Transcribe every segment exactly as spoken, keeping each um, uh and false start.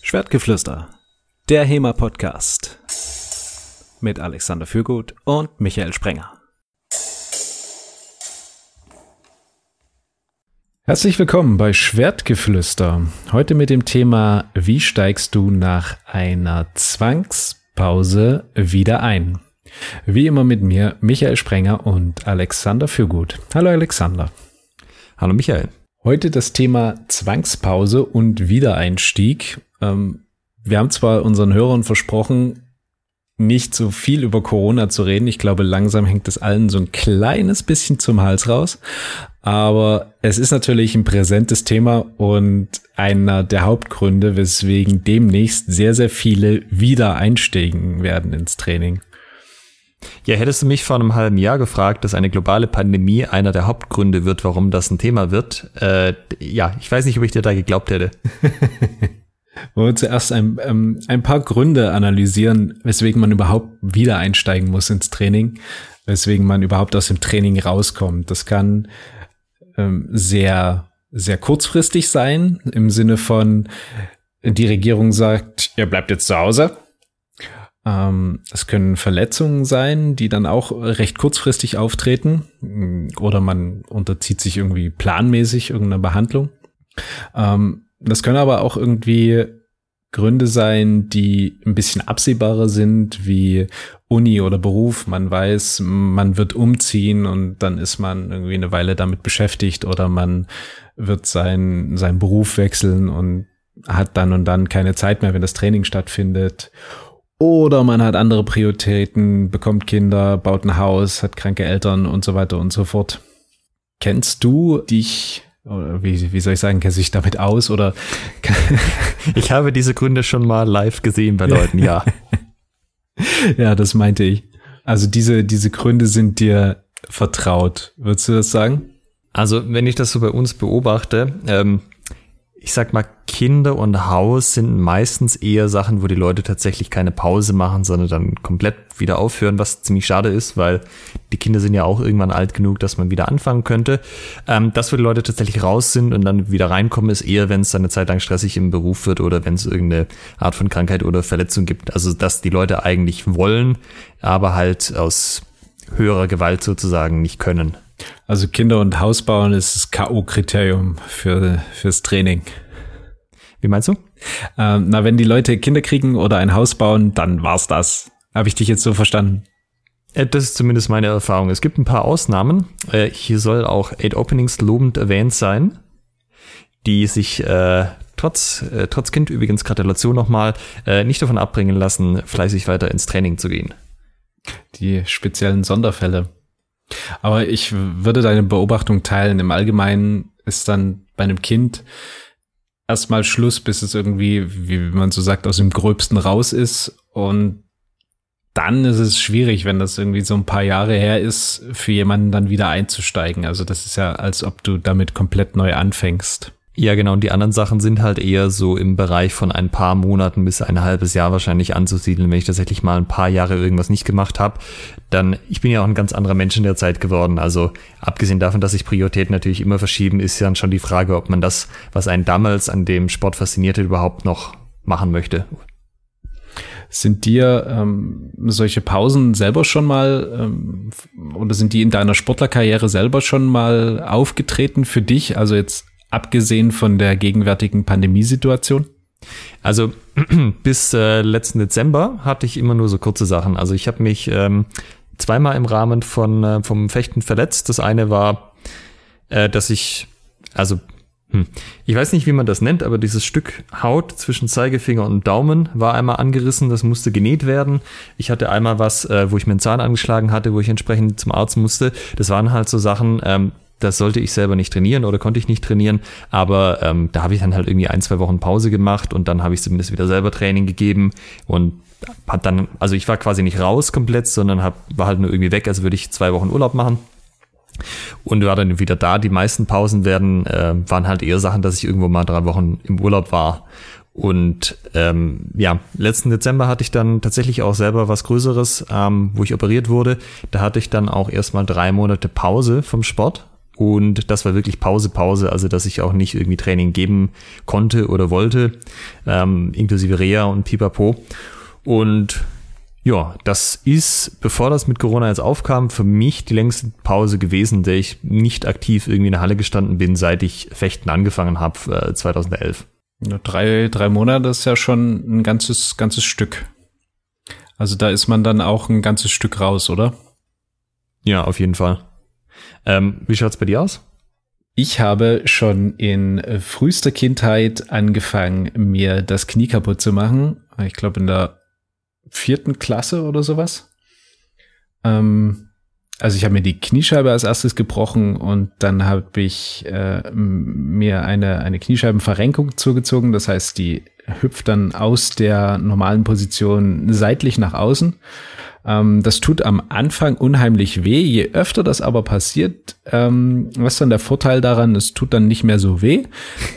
Schwertgeflüster, der HEMA-Podcast mit Alexander Fürgut und Michael Sprenger. Herzlich willkommen bei Schwertgeflüster. Heute mit dem Thema: Wie steigst du nach einer Zwangspause wieder ein? Wie immer mit mir, Michael Sprenger und Alexander Fürgut. Hallo Alexander. Hallo Michael. Heute das Thema Zwangspause und Wiedereinstieg. Ähm, wir haben zwar unseren Hörern versprochen, nicht so viel über Corona zu reden. Ich glaube, langsam hängt es allen so ein kleines bisschen zum Hals raus. Aber es ist natürlich ein präsentes Thema und einer der Hauptgründe, weswegen demnächst sehr, sehr viele wieder einsteigen werden ins Training. Ja, hättest du mich vor einem halben Jahr gefragt, dass eine globale Pandemie einer der Hauptgründe wird, warum das ein Thema wird, äh, ja, ich weiß nicht, ob ich dir da geglaubt hätte. Wollen wir zuerst ein, ähm, ein paar Gründe analysieren, weswegen man überhaupt wieder einsteigen muss ins Training, weswegen man überhaupt aus dem Training rauskommt. Das kann ähm, sehr, sehr kurzfristig sein, im Sinne von, die Regierung sagt, ihr bleibt jetzt zu Hause. Ähm, es können Verletzungen sein, die dann auch recht kurzfristig auftreten, oder man unterzieht sich irgendwie planmäßig irgendeiner Behandlung. Ähm, Das können aber auch irgendwie Gründe sein, die ein bisschen absehbarer sind, wie Uni oder Beruf. Man weiß, man wird umziehen und dann ist man irgendwie eine Weile damit beschäftigt, oder man wird sein, seinen Beruf wechseln und hat dann und dann keine Zeit mehr, wenn das Training stattfindet. Oder man hat andere Prioritäten, bekommt Kinder, baut ein Haus, hat kranke Eltern und so weiter und so fort. Kennst du dich... Oder wie, wie soll ich sagen, kennst du dich damit aus? Oder ich habe diese Gründe schon mal live gesehen bei Leuten, ja. Ja, das meinte ich. Also diese, diese Gründe sind dir vertraut. Würdest du das sagen? Also wenn ich das so bei uns beobachte, ähm, ich sag mal, Kinder und Haus sind meistens eher Sachen, wo die Leute tatsächlich keine Pause machen, sondern dann komplett wieder aufhören, was ziemlich schade ist, weil die Kinder sind ja auch irgendwann alt genug, dass man wieder anfangen könnte. Ähm, das, wo die Leute tatsächlich raus sind und dann wieder reinkommen, ist eher, wenn es dann eine Zeit lang stressig im Beruf wird oder wenn es irgendeine Art von Krankheit oder Verletzung gibt. Also, dass die Leute eigentlich wollen, aber halt aus höherer Gewalt sozusagen nicht können. Also Kinder und Haus bauen ist das K O-Kriterium für fürs Training. Wie meinst du? Ähm, na, wenn die Leute Kinder kriegen oder ein Haus bauen, dann war's das. Habe ich dich jetzt so verstanden? Das ist zumindest meine Erfahrung. Es gibt ein paar Ausnahmen. Hier soll auch Eight Openings lobend erwähnt sein, die sich äh, trotz äh, trotz Kind, übrigens Gratulation nochmal, äh, nicht davon abbringen lassen, fleißig weiter ins Training zu gehen. Die speziellen Sonderfälle. Aber ich würde deine Beobachtung teilen. Im Allgemeinen ist dann bei einem Kind erstmal Schluss, bis es irgendwie, wie man so sagt, aus dem Gröbsten raus ist. Und dann ist es schwierig, wenn das irgendwie so ein paar Jahre her ist, für jemanden dann wieder einzusteigen. Also das ist ja, als ob du damit komplett neu anfängst. Ja, genau. Und die anderen Sachen sind halt eher so im Bereich von ein paar Monaten bis ein halbes Jahr wahrscheinlich anzusiedeln. Wenn ich tatsächlich mal ein paar Jahre irgendwas nicht gemacht habe, dann, ich bin ja auch ein ganz anderer Mensch in der Zeit geworden. Also abgesehen davon, dass sich Prioritäten natürlich immer verschieben, ist ja dann schon die Frage, ob man das, was einen damals an dem Sport faszinierte, überhaupt noch machen möchte. Sind dir ähm, solche Pausen selber schon mal ähm, oder sind die in deiner Sportlerkarriere selber schon mal aufgetreten für dich? Also jetzt abgesehen von der gegenwärtigen Pandemiesituation? Also bis äh, letzten Dezember hatte ich immer nur so kurze Sachen. Also ich habe mich ähm, zweimal im Rahmen von äh, vom Fechten verletzt. Das eine war, äh, dass ich, also hm, ich weiß nicht, wie man das nennt, aber dieses Stück Haut zwischen Zeigefinger und Daumen war einmal angerissen. Das musste genäht werden. Ich hatte einmal was, äh, wo ich mir einen Zahn angeschlagen hatte, wo ich entsprechend zum Arzt musste. Das waren halt so Sachen, ähm, das sollte ich selber nicht trainieren oder konnte ich nicht trainieren, aber ähm, da habe ich dann halt irgendwie ein, zwei Wochen Pause gemacht und dann habe ich zumindest wieder selber Training gegeben und hat dann, also ich war quasi nicht raus komplett, sondern hab, war halt nur irgendwie weg, als würde ich zwei Wochen Urlaub machen und war dann wieder da. Die meisten Pausen werden äh, waren halt eher Sachen, dass ich irgendwo mal drei Wochen im Urlaub war. Und ähm, ja, letzten Dezember hatte ich dann tatsächlich auch selber was Größeres, ähm, wo ich operiert wurde. Da hatte ich dann auch erstmal drei Monate Pause vom Sport. Und das war wirklich Pause, Pause, also dass ich auch nicht irgendwie Training geben konnte oder wollte, ähm, inklusive Reha und Pipapo. Und ja, das ist, bevor das mit Corona jetzt aufkam, für mich die längste Pause gewesen, der ich nicht aktiv irgendwie in der Halle gestanden bin, seit ich Fechten angefangen habe, äh, zweitausendelf. Ja, drei, drei Monate ist ja schon ein ganzes, ganzes Stück. Also da ist man dann auch ein ganzes Stück raus, oder? Ja, auf jeden Fall. Ähm, wie schaut's bei dir aus? Ich habe schon in frühester Kindheit angefangen, mir das Knie kaputt zu machen. Ich glaube in der vierten Klasse oder sowas. Ähm, also ich habe mir die Kniescheibe als erstes gebrochen und dann habe ich äh, mir eine, eine Kniescheibenverrenkung zugezogen. Das heißt, die hüpft dann aus der normalen Position seitlich nach außen. Ähm, das tut am Anfang unheimlich weh. Je öfter das aber passiert, ähm, was ist dann der Vorteil daran? Es tut dann nicht mehr so weh.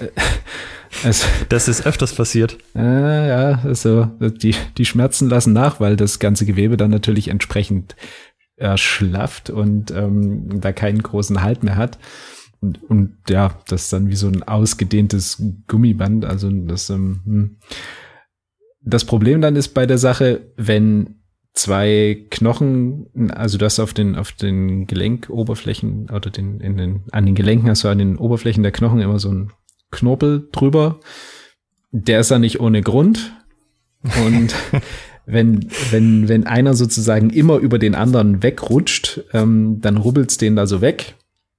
Es, das ist öfters passiert. Äh, ja, also die, die Schmerzen lassen nach, weil das ganze Gewebe dann natürlich entsprechend erschlafft und ähm, da keinen großen Halt mehr hat. Und, und ja, das ist dann wie so ein ausgedehntes Gummiband. Also das, ähm, das Problem dann ist bei der Sache, wenn zwei Knochen, also das auf den auf den Gelenkoberflächen oder den in den an den Gelenken hast du an den Oberflächen der Knochen immer so ein Knorpel drüber. Der ist ja nicht ohne Grund. Und wenn wenn wenn einer sozusagen immer über den anderen wegrutscht, ähm, dann rubbelt's den da so weg.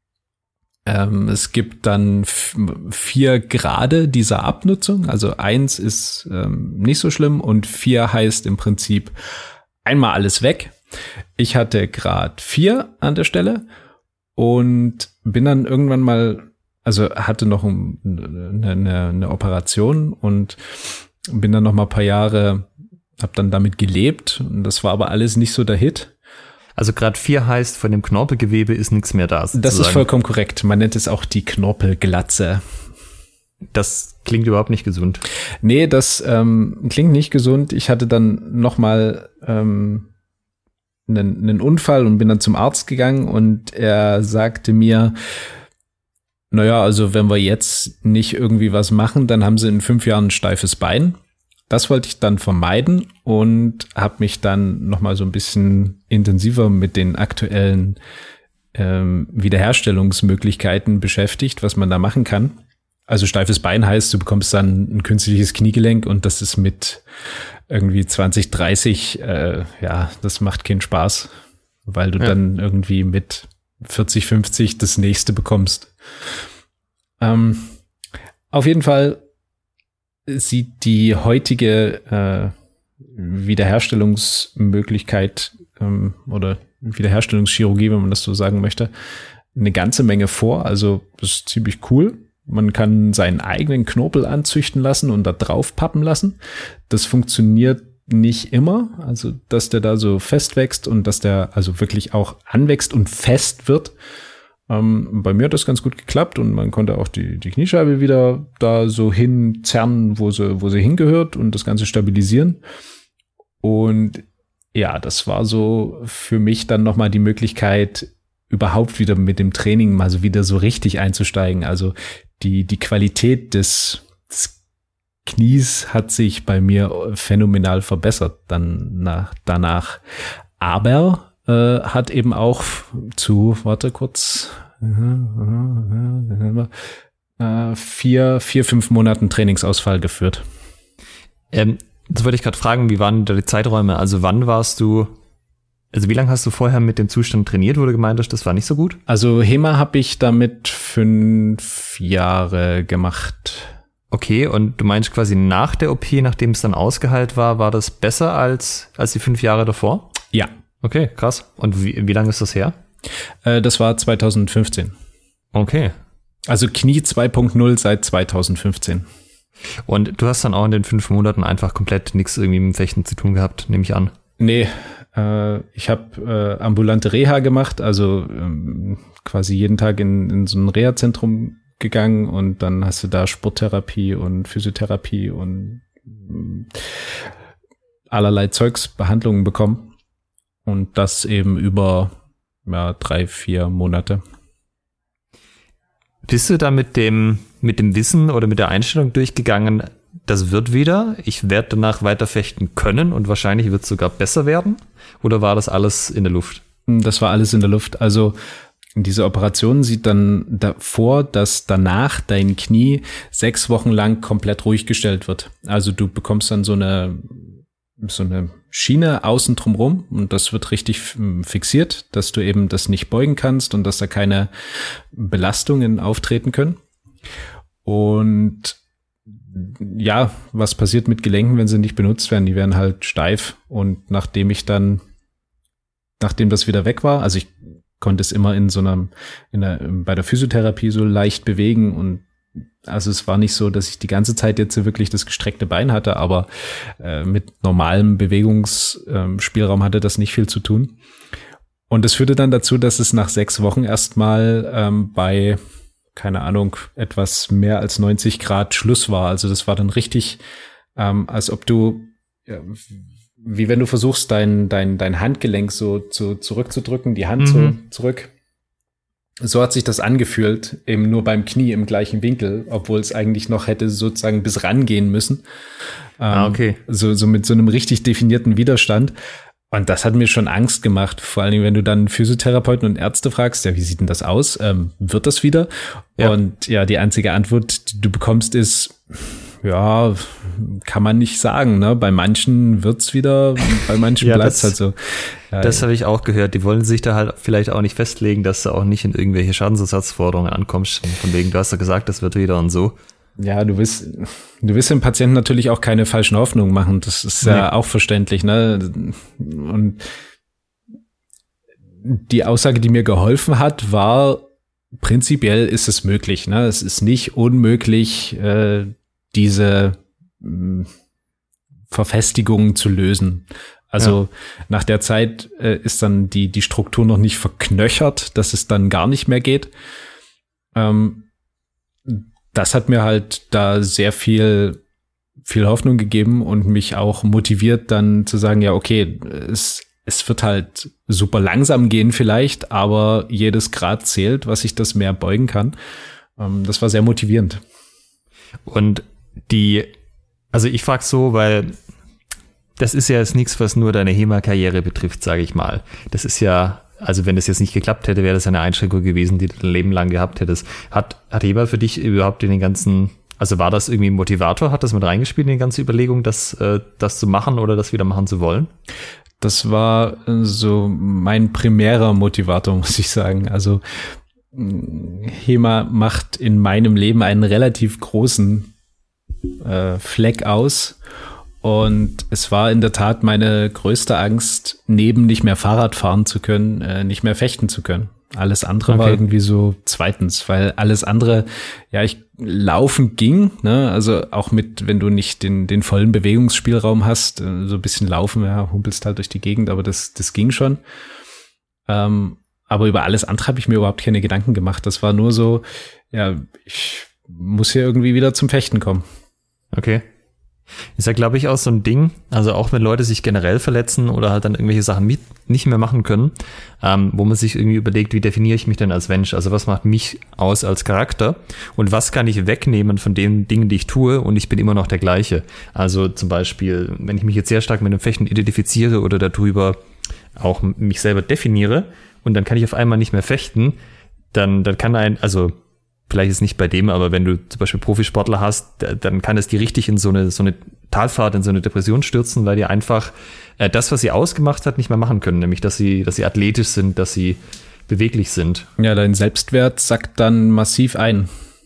Ähm, es gibt dann f- vier Grade dieser Abnutzung. Also eins ist ähm, nicht so schlimm und vier heißt im Prinzip einmal alles weg. Ich hatte Grad vier an der Stelle und bin dann irgendwann mal, also hatte noch eine, eine, eine Operation und bin dann noch mal ein paar Jahre, habe dann damit gelebt und das war aber alles nicht so der Hit. Also Grad vier heißt, von dem Knorpelgewebe ist nichts mehr da. Sozusagen. Das ist vollkommen korrekt. Man nennt es auch die Knorpelglatze. Das klingt überhaupt nicht gesund. Nee, das ähm, klingt nicht gesund. Ich hatte dann noch mal ähm, einen, einen Unfall und bin dann zum Arzt gegangen und er sagte mir, naja, also wenn wir jetzt nicht irgendwie was machen, dann haben sie in fünf Jahren ein steifes Bein. Das wollte ich dann vermeiden und habe mich dann noch mal so ein bisschen intensiver mit den aktuellen ähm, Wiederherstellungsmöglichkeiten beschäftigt, was man da machen kann. Also steifes Bein heißt, du bekommst dann ein künstliches Kniegelenk und das ist mit irgendwie zwanzig, dreißig, äh, ja, das macht keinen Spaß, weil du ja. dann irgendwie mit vierzig, fünfzig das nächste bekommst. Ähm, auf jeden Fall sieht die heutige äh, Wiederherstellungsmöglichkeit ähm, oder Wiederherstellungschirurgie, wenn man das so sagen möchte, eine ganze Menge vor. Also das ist ziemlich cool. Man kann seinen eigenen Knorpel anzüchten lassen und da drauf pappen lassen. Das funktioniert nicht immer, also dass der da so fest wächst und dass der also wirklich auch anwächst und fest wird. Ähm, bei mir hat das ganz gut geklappt und man konnte auch die, die Kniescheibe wieder da so hinzerren, wo sie, wo sie hingehört und das Ganze stabilisieren. Und ja, das war so für mich dann nochmal die Möglichkeit, überhaupt wieder mit dem Training mal so wieder so richtig einzusteigen. Also die, die Qualität des, des Knies hat sich bei mir phänomenal verbessert dann nach, danach. Aber äh, hat eben auch zu, warte kurz, äh, vier, vier, fünf Monaten Trainingsausfall geführt. Ähm, das wollte ich gerade fragen, wie waren da die Zeiträume? Also wann warst du Also wie lange hast du vorher mit dem Zustand trainiert, wo du gemeint hast, das war nicht so gut? Also HEMA habe ich damit fünf Jahre gemacht. Okay, und du meinst quasi nach der O P, nachdem es dann ausgeheilt war, war das besser als, als die fünf Jahre davor? Ja. Okay, krass. Und wie, wie lange ist das her? Äh, das war zwanzig fünfzehn. Okay. Also Knie zwei Punkt null seit zwanzig fünfzehn. Und du hast dann auch in den fünf Monaten einfach komplett nichts irgendwie mit dem Fechten zu tun gehabt, nehme ich an. Nee, äh, ich habe äh, ambulante Reha gemacht, also ähm, quasi jeden Tag in, in so ein Reha-Zentrum gegangen und dann hast du da Sporttherapie und Physiotherapie und äh, allerlei Zeugs, Behandlungen bekommen. Und das eben über ja, drei, vier Monate. Bist du da mit dem, mit dem Wissen oder mit der Einstellung durchgegangen, das wird wieder, ich werde danach weiter fechten können und wahrscheinlich wird es sogar besser werden? Oder war das alles in der Luft? Das war alles in der Luft. Also diese Operation sieht dann davor, dass danach dein Knie sechs Wochen lang komplett ruhig gestellt wird. Also du bekommst dann so eine so eine Schiene außen drumrum und das wird richtig fixiert, dass du eben das nicht beugen kannst und dass da keine Belastungen auftreten können. Und ja, was passiert mit Gelenken, wenn sie nicht benutzt werden? Die werden halt steif. Und nachdem ich dann, nachdem das wieder weg war, also ich konnte es immer in so einer, in einer, bei der Physiotherapie so leicht bewegen und also es war nicht so, dass ich die ganze Zeit jetzt wirklich das gestreckte Bein hatte, aber äh, mit normalem Bewegungsspielraum ähm, hatte das nicht viel zu tun. Und das führte dann dazu, dass es nach sechs Wochen erstmal ähm, bei, keine Ahnung, etwas mehr als neunzig Grad Schluss war. Also das war dann richtig, ähm, als ob du, ja, wie wenn du versuchst, dein, dein, dein Handgelenk so zu, zurückzudrücken, die Hand mhm. so zurück. So hat sich das angefühlt, eben nur beim Knie im gleichen Winkel, obwohl es eigentlich noch hätte sozusagen bis rangehen müssen. Ähm, ah, okay. So, so mit so einem richtig definierten Widerstand. Und das hat mir schon Angst gemacht, vor allen Dingen, wenn du dann Physiotherapeuten und Ärzte fragst, ja, wie sieht denn das aus? Ähm, wird das wieder? Ja. Und ja, die einzige Antwort, die du bekommst, ist, ja, kann man nicht sagen, ne? Bei manchen wird's wieder, bei manchen ja, bleibt's halt so. Ja, das habe ich auch gehört. Die wollen sich da halt vielleicht auch nicht festlegen, dass du auch nicht in irgendwelche Schadensersatzforderungen ankommst. Von wegen, du hast ja gesagt, das wird wieder und so. Ja, du willst, du willst dem Patienten natürlich auch keine falschen Hoffnungen machen. Das ist ja nee. auch verständlich, ne? Und die Aussage, die mir geholfen hat, war, prinzipiell ist es möglich, ne? Es ist nicht unmöglich, äh, diese mh, Verfestigungen zu lösen. Also ja. nach der Zeit äh, ist dann die, die Struktur noch nicht verknöchert, dass es dann gar nicht mehr geht. Ähm, das hat mir halt da sehr viel, viel Hoffnung gegeben und mich auch motiviert, dann zu sagen, ja, okay, es, es wird halt super langsam gehen vielleicht, aber jedes Grad zählt, was ich das mehr beugen kann. Ähm, das war sehr motivierend. Und die, also ich frage so, weil das ist ja jetzt nichts, was nur deine HEMA-Karriere betrifft, sage ich mal. Das ist ja, also wenn das jetzt nicht geklappt hätte, wäre das eine Einschränkung gewesen, die du dein Leben lang gehabt hättest. Hat, hat HEMA für dich überhaupt in den ganzen, also war das irgendwie ein Motivator? Hat das mit reingespielt in die ganze Überlegung, das, äh, das zu machen oder das wieder machen zu wollen? Das war so mein primärer Motivator, muss ich sagen. Also HEMA macht in meinem Leben einen relativ großen äh, Fleck aus. Und es war in der Tat meine größte Angst, neben nicht mehr Fahrrad fahren zu können, äh, nicht mehr fechten zu können. Alles andere okay. war irgendwie so zweitens, weil alles andere, ja, ich laufen ging, ne, also auch mit, wenn du nicht den den vollen Bewegungsspielraum hast, äh, so ein bisschen laufen, ja, humpelst halt durch die Gegend, aber das das ging schon. Ähm, aber über alles andere habe ich mir überhaupt keine Gedanken gemacht. Das war nur so, ja, ich muss hier irgendwie wieder zum Fechten kommen. Okay. Ist ja, glaube ich, auch so ein Ding, also auch wenn Leute sich generell verletzen oder halt dann irgendwelche Sachen mit, nicht mehr machen können, ähm, wo man sich irgendwie überlegt, wie definiere ich mich denn als Mensch? Also was macht mich aus als Charakter und was kann ich wegnehmen von den Dingen, die ich tue und ich bin immer noch der gleiche? Also zum Beispiel, wenn ich mich jetzt sehr stark mit dem Fechten identifiziere oder darüber auch mich selber definiere und dann kann ich auf einmal nicht mehr fechten, dann, dann kann ein, also vielleicht ist nicht bei dem, aber wenn du zum Beispiel Profisportler hast, dann kann es die richtig in so eine so eine Talfahrt, in so eine Depression stürzen, weil die einfach äh, das, was sie ausgemacht hat, nicht mehr machen können, nämlich dass sie, dass sie athletisch sind, dass sie beweglich sind. Ja, dein Selbstwert sackt dann massiv ein.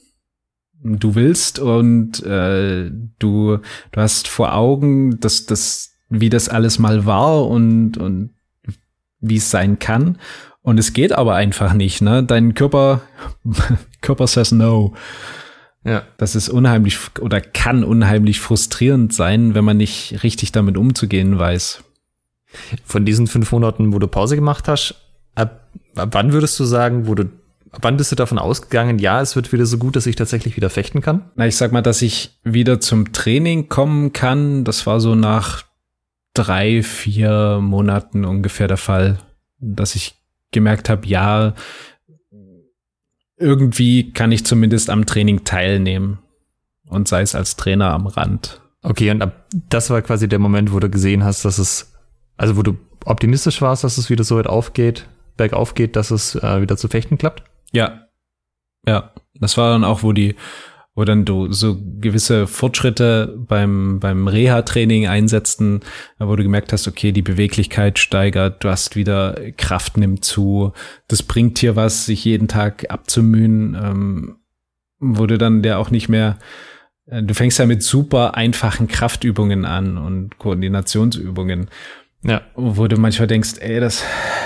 Du willst und äh, du du hast vor Augen, dass das wie das alles mal war und und wie es sein kann. Und es geht aber einfach nicht, ne? Dein Körper, Körper says no. Ja. Das ist unheimlich oder kann unheimlich frustrierend sein, wenn man nicht richtig damit umzugehen weiß. Von diesen fünf Monaten, wo du Pause gemacht hast, ab, ab wann würdest du sagen, wo du, ab wann bist du davon ausgegangen, ja, es wird wieder so gut, dass ich tatsächlich wieder fechten kann? Na, ich sag mal, dass ich wieder zum Training kommen kann. Das war so nach drei, vier Monaten ungefähr der Fall, dass ich gemerkt habe, ja, irgendwie kann ich zumindest am Training teilnehmen und sei es als Trainer am Rand. Okay, und ab, das war quasi der Moment, wo du gesehen hast, dass es, also wo du optimistisch warst, dass es wieder so weit aufgeht, bergauf geht, dass es äh, wieder zu fechten klappt? Ja, ja. Das war dann auch, wo die, wo dann du so gewisse Fortschritte beim beim Reha-Training einsetzten, wo du gemerkt hast, okay, die Beweglichkeit steigert, du hast wieder Kraft nimmt zu, das bringt hier was, sich jeden Tag abzumühen, ähm, wo du dann der auch nicht mehr, äh, du fängst ja mit super einfachen Kraftübungen an und Koordinationsübungen, ja, wo du manchmal denkst, ey, das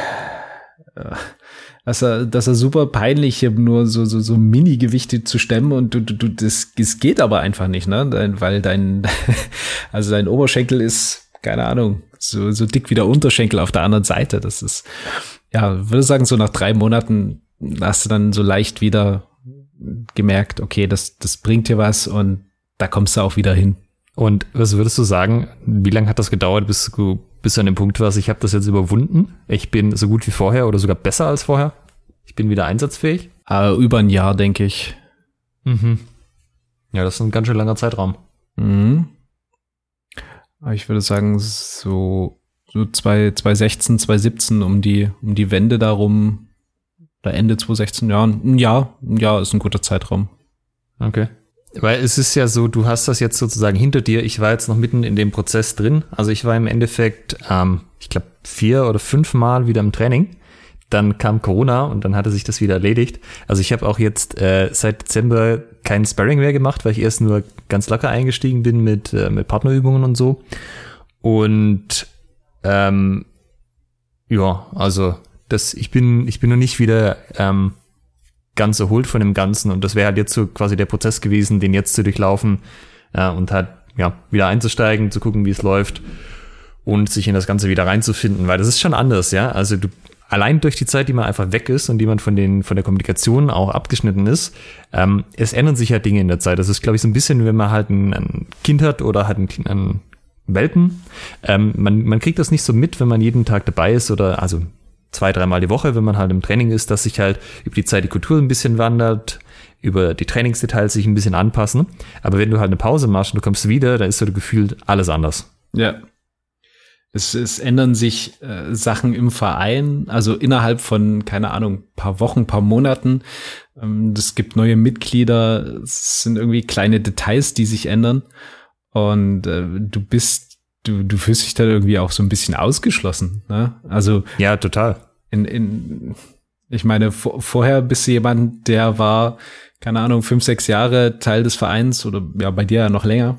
äh, dass er, dass er super peinlich hier nur so, so, so Mini-Gewichte zu stemmen und du, du, du, das, das geht aber einfach nicht, ne, dein, weil dein, also dein Oberschenkel ist, keine Ahnung, so, so dick wie der Unterschenkel auf der anderen Seite. Das ist, ja, würde sagen, so nach drei Monaten hast du dann so leicht wieder gemerkt, okay, das, das bringt dir was und da kommst du auch wieder hin. Und was würdest du sagen, wie lange hat das gedauert, bis du bis du an dem Punkt warst, ich habe das jetzt überwunden, ich bin so gut wie vorher oder sogar besser als vorher, ich bin wieder einsatzfähig? Uh, über ein Jahr, denke ich. Mhm. Ja, das ist ein ganz schön langer Zeitraum. Mhm. Aber ich würde sagen, so, so zwanzig sechzehn, zwanzig siebzehn um die, um die Wende darum, oder Ende zwanzig sechzehn, ja, ein Jahr, ein Jahr ist ein guter Zeitraum. Okay. Weil es ist ja so, du hast das jetzt sozusagen hinter dir. Ich war jetzt noch mitten in dem Prozess drin. Also ich war im Endeffekt, ähm, ich glaube, vier oder fünf Mal wieder im Training. Dann kam Corona und dann hatte sich das wieder erledigt. Also ich habe auch jetzt äh, seit Dezember kein Sparring mehr gemacht, weil ich erst nur ganz locker eingestiegen bin mit, äh, mit Partnerübungen und so. Und ähm, ja, also das, ich bin, ich bin noch nicht wieder ähm, ganz erholt von dem Ganzen und das wäre halt jetzt so quasi der Prozess gewesen, den jetzt zu durchlaufen äh, und halt ja wieder einzusteigen, zu gucken, wie es läuft und sich in das Ganze wieder reinzufinden, weil das ist schon anders, ja, also du allein durch die Zeit, die man einfach weg ist und die man von den von der Kommunikation auch abgeschnitten ist, ähm, es ändern sich ja Dinge in der Zeit. Das ist, glaube ich, so ein bisschen, wenn man halt ein, ein Kind hat oder halt ein, ein Welpen, ähm, man man kriegt das nicht so mit, wenn man jeden Tag dabei ist oder also zwei, dreimal die Woche, wenn man halt im Training ist, dass sich halt über die Zeit die Kultur ein bisschen wandert, über die Trainingsdetails sich ein bisschen anpassen. Aber wenn du halt eine Pause machst und du kommst wieder, dann ist so gefühlt alles anders. Ja. Es, es ändern sich äh, Sachen im Verein, also innerhalb von, keine Ahnung, paar Wochen, paar Monaten. Ähm, es gibt neue Mitglieder, es sind irgendwie kleine Details, die sich ändern. Und äh, du bist Du, du fühlst dich dann irgendwie auch so ein bisschen ausgeschlossen, ne? Also ja, total. In, in, ich meine, vor, vorher bist du jemand, der war, keine Ahnung, fünf, sechs Jahre Teil des Vereins oder ja, bei dir ja noch länger.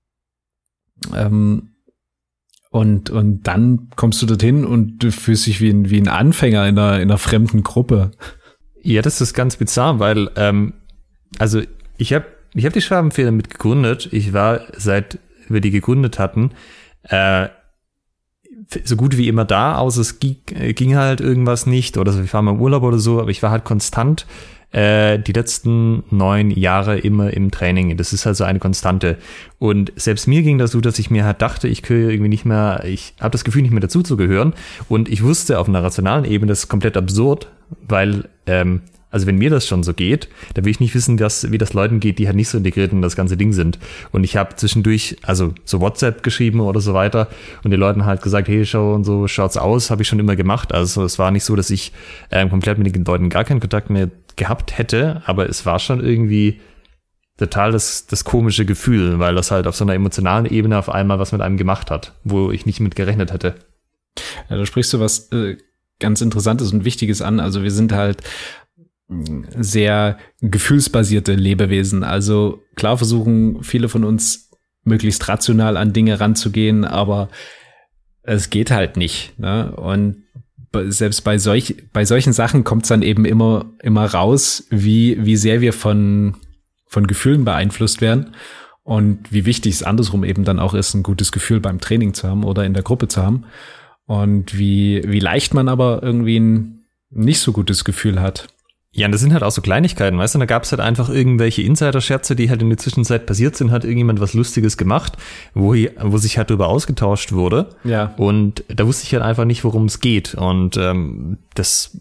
Ähm, und, und dann kommst du dorthin und du fühlst dich wie ein, wie ein Anfänger in einer, in einer fremden Gruppe. Ja, das ist ganz bizarr, weil, ähm, also ich habe ich hab die Schwabenfeder mit gegründet. Ich war, seit wir die gegründet hatten, Äh, so gut wie immer da, außer es ging, ging halt irgendwas nicht oder so, ich war mal im Urlaub oder so, aber ich war halt konstant äh, die letzten neun Jahre immer im Training. Das ist halt so eine Konstante. Und selbst mir ging das so, dass ich mir halt dachte, ich gehöre irgendwie nicht mehr, ich habe das Gefühl, nicht mehr dazu zu gehören. Und ich wusste auf einer rationalen Ebene, das ist komplett absurd, weil ähm, also wenn mir das schon so geht, dann will ich nicht wissen, dass, wie das Leuten geht, die halt nicht so integriert in das ganze Ding sind. Und ich habe zwischendurch, also so WhatsApp geschrieben oder so weiter und den Leuten halt gesagt, hey, schau und so schaut's aus, habe ich schon immer gemacht. Also es war nicht so, dass ich ähm, komplett mit den Leuten gar keinen Kontakt mehr gehabt hätte, aber es war schon irgendwie total das, das komische Gefühl, weil das halt auf so einer emotionalen Ebene auf einmal was mit einem gemacht hat, wo ich nicht mit gerechnet hätte. Ja, da sprichst du was äh, ganz Interessantes und Wichtiges an. Also wir sind halt sehr gefühlsbasierte Lebewesen. Also klar versuchen viele von uns möglichst rational an Dinge ranzugehen, aber es geht halt nicht, ne? Und selbst bei solch bei solchen Sachen kommt es dann eben immer immer raus, wie wie sehr wir von von Gefühlen beeinflusst werden und wie wichtig es andersrum eben dann auch ist, ein gutes Gefühl beim Training zu haben oder in der Gruppe zu haben und wie wie leicht man aber irgendwie ein nicht so gutes Gefühl hat. Ja, und das sind halt auch so Kleinigkeiten, weißt du, da gab es halt einfach irgendwelche Insider-Scherze, die halt in der Zwischenzeit passiert sind, hat irgendjemand was Lustiges gemacht, wo, hier, wo sich halt drüber ausgetauscht wurde. Ja. Und da wusste ich halt einfach nicht, worum es geht. Und ähm, das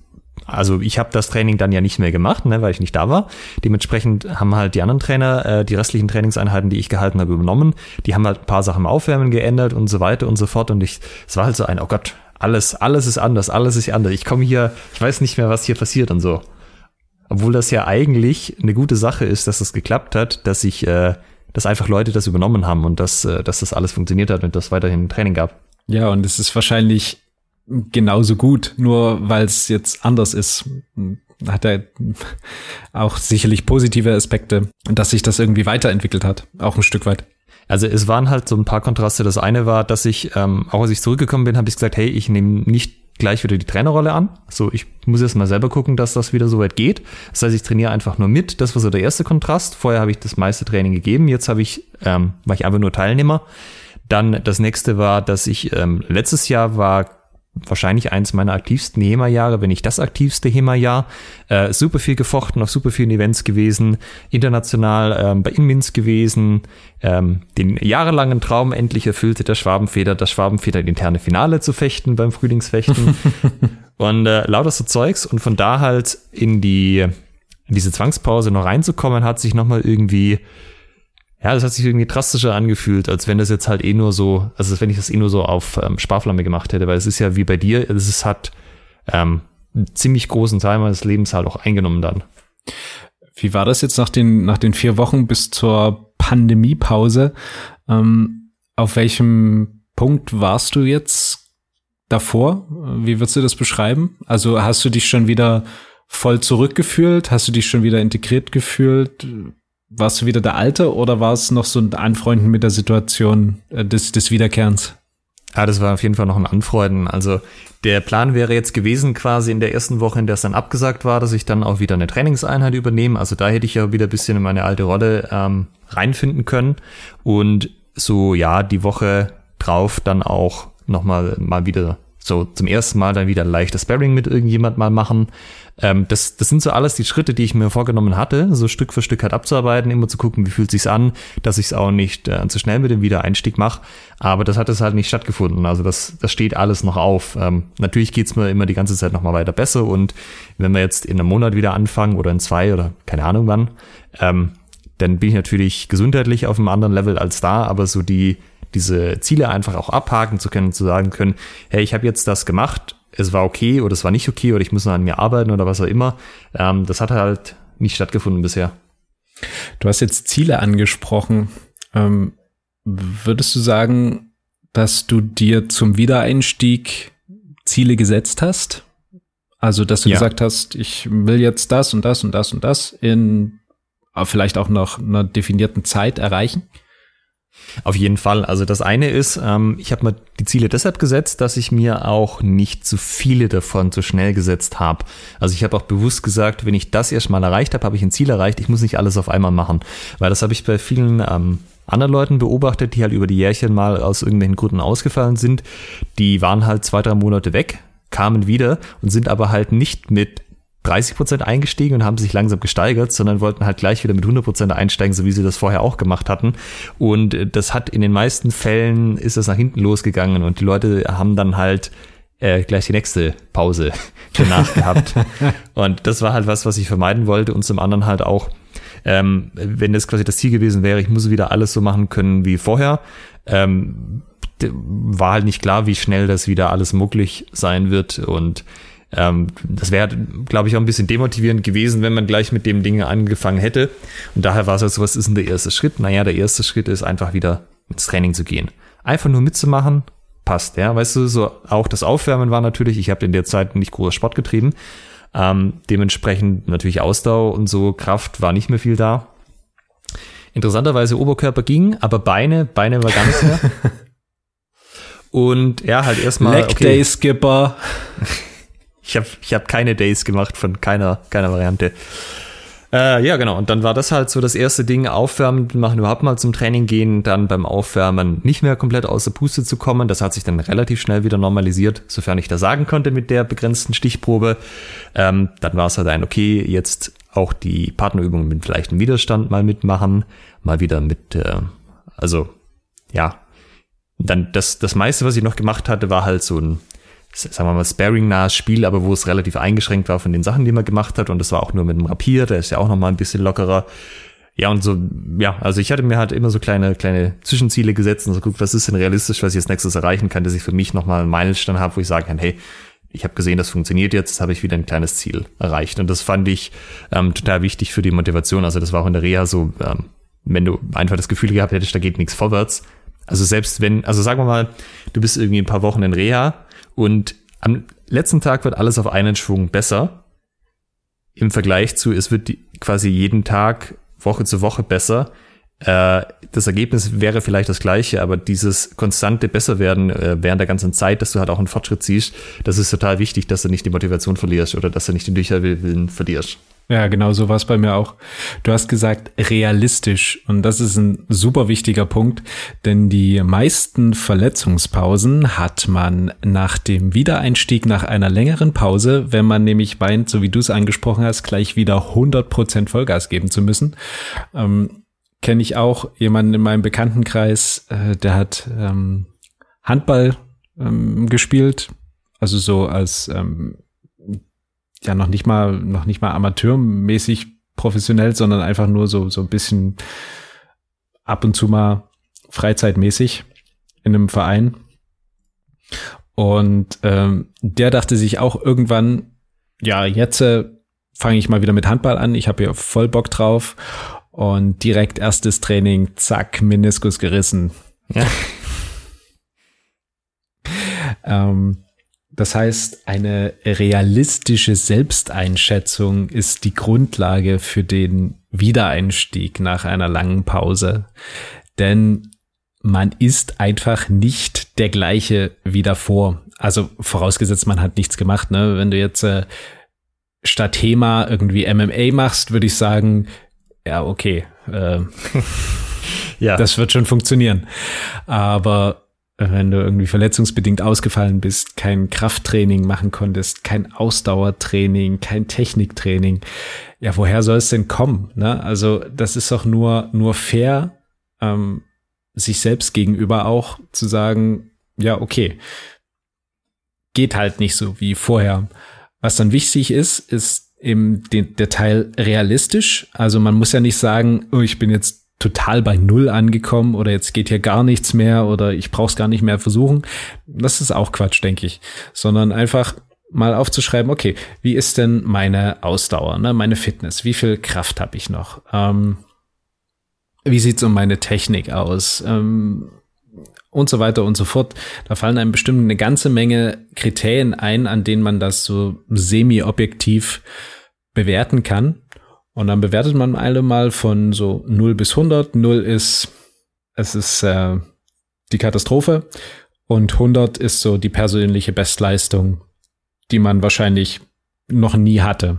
also ich habe das Training dann ja nicht mehr gemacht, ne, weil ich nicht da war. Dementsprechend haben halt die anderen Trainer äh, die restlichen Trainingseinheiten, die ich gehalten habe, übernommen. Die haben halt ein paar Sachen im Aufwärmen geändert und so weiter und so fort. Und ich, es war halt so ein, oh Gott, alles, alles ist anders, alles ist anders. Ich komme hier, ich weiß nicht mehr, was hier passiert und so. Obwohl das ja eigentlich eine gute Sache ist, dass das geklappt hat, dass ich, äh, dass einfach Leute das übernommen haben und dass, äh, dass das alles funktioniert hat und dass weiterhin Training gab. Ja, und es ist wahrscheinlich genauso gut, nur weil es jetzt anders ist, hat er auch sicherlich positive Aspekte, dass sich das irgendwie weiterentwickelt hat, auch ein Stück weit. Also es waren halt so ein paar Kontraste. Das eine war, dass ich, ähm, auch als ich zurückgekommen bin, habe ich gesagt, hey, ich nehme nicht gleich wieder die Trainerrolle an. So, ich muss jetzt mal selber gucken, dass das wieder so weit geht. Das heißt, ich trainiere einfach nur mit. Das war so der erste Kontrast. Vorher habe ich das meiste Training gegeben. Jetzt habe ich, ähm, war ich einfach nur Teilnehmer. Dann das nächste war, dass ich ähm, letztes Jahr war wahrscheinlich eins meiner aktivsten HEMA-Jahre, wenn nicht das aktivste HEMA-Jahr. Äh, super viel gefochten, auf super vielen Events gewesen, international ähm, bei Inminsk gewesen, ähm, den jahrelangen Traum endlich erfüllte, der Schwabenfeder, das Schwabenfeder-interne Finale zu fechten beim Frühlingsfechten und äh, lauter so Zeugs. Und von da halt in die in diese Zwangspause noch reinzukommen, hat sich nochmal irgendwie Ja, das hat sich irgendwie drastischer angefühlt, als wenn das jetzt halt eh nur so, also als wenn ich das eh nur so auf ähm, Sparflamme gemacht hätte, weil es ist ja wie bei dir, es ist, hat ähm, einen ziemlich großen Teil meines Lebens halt auch eingenommen dann. Wie war das jetzt nach den, nach den vier Wochen bis zur Pandemiepause? Ähm, auf welchem Punkt warst du jetzt davor? Wie würdest du das beschreiben? Also hast du dich schon wieder voll zurückgefühlt? Hast du dich schon wieder integriert gefühlt? Warst du wieder der Alte oder war es noch so ein Anfreunden mit der Situation äh, des, des Wiederkehrens? Ja, das war auf jeden Fall noch ein Anfreunden. Also der Plan wäre jetzt gewesen, quasi in der ersten Woche, in der es dann abgesagt war, dass ich dann auch wieder eine Trainingseinheit übernehme. Also da hätte ich ja wieder ein bisschen in meine alte Rolle ähm, reinfinden können. Und so, ja, die Woche drauf dann auch nochmal mal wieder so zum ersten Mal dann wieder leichtes Sparring mit irgendjemand mal machen. Ähm, das, das sind so alles die Schritte, die ich mir vorgenommen hatte, so Stück für Stück halt abzuarbeiten, immer zu gucken, wie fühlt sich's an, dass ich es auch nicht äh, zu schnell mit dem Wiedereinstieg mache. Aber das hat es halt nicht stattgefunden. Also das, das steht alles noch auf. Ähm, natürlich geht's mir immer die ganze Zeit noch mal weiter besser. Und wenn wir jetzt in einem Monat wieder anfangen oder in zwei oder keine Ahnung wann, ähm, dann bin ich natürlich gesundheitlich auf einem anderen Level als da. Aber so die diese Ziele einfach auch abhaken zu können, zu sagen können, hey, ich habe jetzt das gemacht, es war okay oder es war nicht okay oder ich muss noch an mir arbeiten oder was auch immer. Ähm, das hat halt nicht stattgefunden bisher. Du hast jetzt Ziele angesprochen. Ähm, würdest du sagen, dass du dir zum Wiedereinstieg Ziele gesetzt hast? Also, dass du ja. gesagt hast, ich will jetzt das und das und das und das in vielleicht auch nach einer definierten Zeit erreichen? Auf jeden Fall. Also das eine ist, ähm, ich habe mir die Ziele deshalb gesetzt, dass ich mir auch nicht zu viele davon zu schnell gesetzt habe. Also ich habe auch bewusst gesagt, wenn ich das erstmal erreicht habe, habe ich ein Ziel erreicht. Ich muss nicht alles auf einmal machen. Weil das habe ich bei vielen ähm, anderen Leuten beobachtet, die halt über die Jährchen mal aus irgendwelchen Gründen ausgefallen sind. Die waren halt zwei, drei Monate weg, kamen wieder und sind aber halt nicht mit dreißig Prozent eingestiegen und haben sich langsam gesteigert, sondern wollten halt gleich wieder mit hundert Prozent einsteigen, so wie sie das vorher auch gemacht hatten. Und das hat in den meisten Fällen ist das nach hinten losgegangen und die Leute haben dann halt äh, gleich die nächste Pause danach gehabt. Und das war halt was, was ich vermeiden wollte und zum anderen halt auch, ähm, wenn das quasi das Ziel gewesen wäre, ich muss wieder alles so machen können wie vorher, ähm, war halt nicht klar, wie schnell das wieder alles möglich sein wird und Ähm, das wäre, glaube ich, auch ein bisschen demotivierend gewesen, wenn man gleich mit dem Ding angefangen hätte. Und daher war es halt so, was ist denn der erste Schritt? Naja, der erste Schritt ist einfach wieder ins Training zu gehen. Einfach nur mitzumachen, passt, ja. Weißt du, so auch das Aufwärmen war natürlich, ich habe in der Zeit nicht groß Sport getrieben. Ähm, dementsprechend natürlich Ausdauer und so, Kraft war nicht mehr viel da. Interessanterweise Oberkörper ging, aber Beine, Beine war gar nichts mehr. Und ja, halt erstmal. Leg Day okay. Skipper. Ich habe ich hab keine Days gemacht von keiner, keiner Variante. Äh, ja, genau. Und dann war das halt so das erste Ding, Aufwärmen, machen, überhaupt mal zum Training gehen, dann beim Aufwärmen nicht mehr komplett aus der Puste zu kommen. Das hat sich dann relativ schnell wieder normalisiert, sofern ich das sagen konnte mit der begrenzten Stichprobe. Ähm, dann war es halt ein, okay, jetzt auch die Partnerübungen mit leichtem Widerstand mal mitmachen, mal wieder mit, äh, also, ja. Dann das, das meiste, was ich noch gemacht hatte, war halt so ein sagen wir mal, sparing-nahes Spiel, aber wo es relativ eingeschränkt war von den Sachen, die man gemacht hat. Und das war auch nur mit dem Rapier, der ist ja auch nochmal ein bisschen lockerer. Ja, und so, ja, also ich hatte mir halt immer so kleine, kleine Zwischenziele gesetzt und so guckt, was ist denn realistisch, was ich als nächstes erreichen kann, dass ich für mich nochmal einen Meilenstein habe, wo ich sagen kann, hey, ich habe gesehen, das funktioniert jetzt, jetzt habe ich wieder ein kleines Ziel erreicht. Und das fand ich ähm, total wichtig für die Motivation. Also das war auch in der Reha so, ähm, wenn du einfach das Gefühl gehabt hättest, da geht nichts vorwärts. Also selbst wenn, also sagen wir mal, du bist irgendwie ein paar Wochen in Reha und am letzten Tag wird alles auf einen Schwung besser. Im Vergleich zu, es wird die, quasi jeden Tag Woche zu Woche besser. Äh, das Ergebnis wäre vielleicht das gleiche, aber dieses konstante Besserwerden äh, während der ganzen Zeit, dass du halt auch einen Fortschritt siehst, das ist total wichtig, dass du nicht die Motivation verlierst oder dass du nicht den Durchhaltewillen verlierst. Ja, genau so war es bei mir auch. Du hast gesagt, realistisch. Und das ist ein super wichtiger Punkt, denn die meisten Verletzungspausen hat man nach dem Wiedereinstieg, nach einer längeren Pause, wenn man nämlich meint, so wie du es angesprochen hast, gleich wieder hundert Prozent Vollgas geben zu müssen. Ähm, kenne ich auch jemanden in meinem Bekanntenkreis, äh, der hat ähm, Handball ähm, gespielt, also so als ähm, ja noch nicht mal noch nicht mal amateurmäßig professionell, sondern einfach nur so so ein bisschen ab und zu mal freizeitmäßig in einem Verein. Und ähm, der dachte sich auch irgendwann, ja, jetzt äh, fange ich mal wieder mit Handball an, ich habe ja voll Bock drauf. Und direkt erstes Training, zack, Meniskus gerissen. Ja. ähm, das heißt, eine realistische Selbsteinschätzung ist die Grundlage für den Wiedereinstieg nach einer langen Pause. Denn man ist einfach nicht der gleiche wie davor. Also vorausgesetzt, man hat nichts gemacht. Ne? Wenn du jetzt äh, statt HEMA irgendwie M M A machst, würde ich sagen, ja, okay, äh, ja, das wird schon funktionieren. Aber wenn du irgendwie verletzungsbedingt ausgefallen bist, kein Krafttraining machen konntest, kein Ausdauertraining, kein Techniktraining, ja, woher soll es denn kommen? Ne? Also das ist doch nur nur fair, ähm, sich selbst gegenüber auch zu sagen, ja, okay, geht halt nicht so wie vorher. Was dann wichtig ist, ist eben den, der Teil realistisch. Also man muss ja nicht sagen, oh, ich bin jetzt total bei Null angekommen oder jetzt geht hier gar nichts mehr oder ich brauche es gar nicht mehr versuchen. Das ist auch Quatsch, denke ich. Sondern einfach mal aufzuschreiben, okay, wie ist denn meine Ausdauer, ne, meine Fitness? Wie viel Kraft habe ich noch? Ähm, wie sieht's um meine Technik aus? Ähm, und so weiter und so fort. Da fallen einem bestimmt eine ganze Menge Kriterien ein, an denen man das so semi-objektiv bewerten kann. Und dann bewertet man alle mal von so null bis hundert. null ist, es ist äh, die Katastrophe und hundert ist so die persönliche Bestleistung, die man wahrscheinlich noch nie hatte.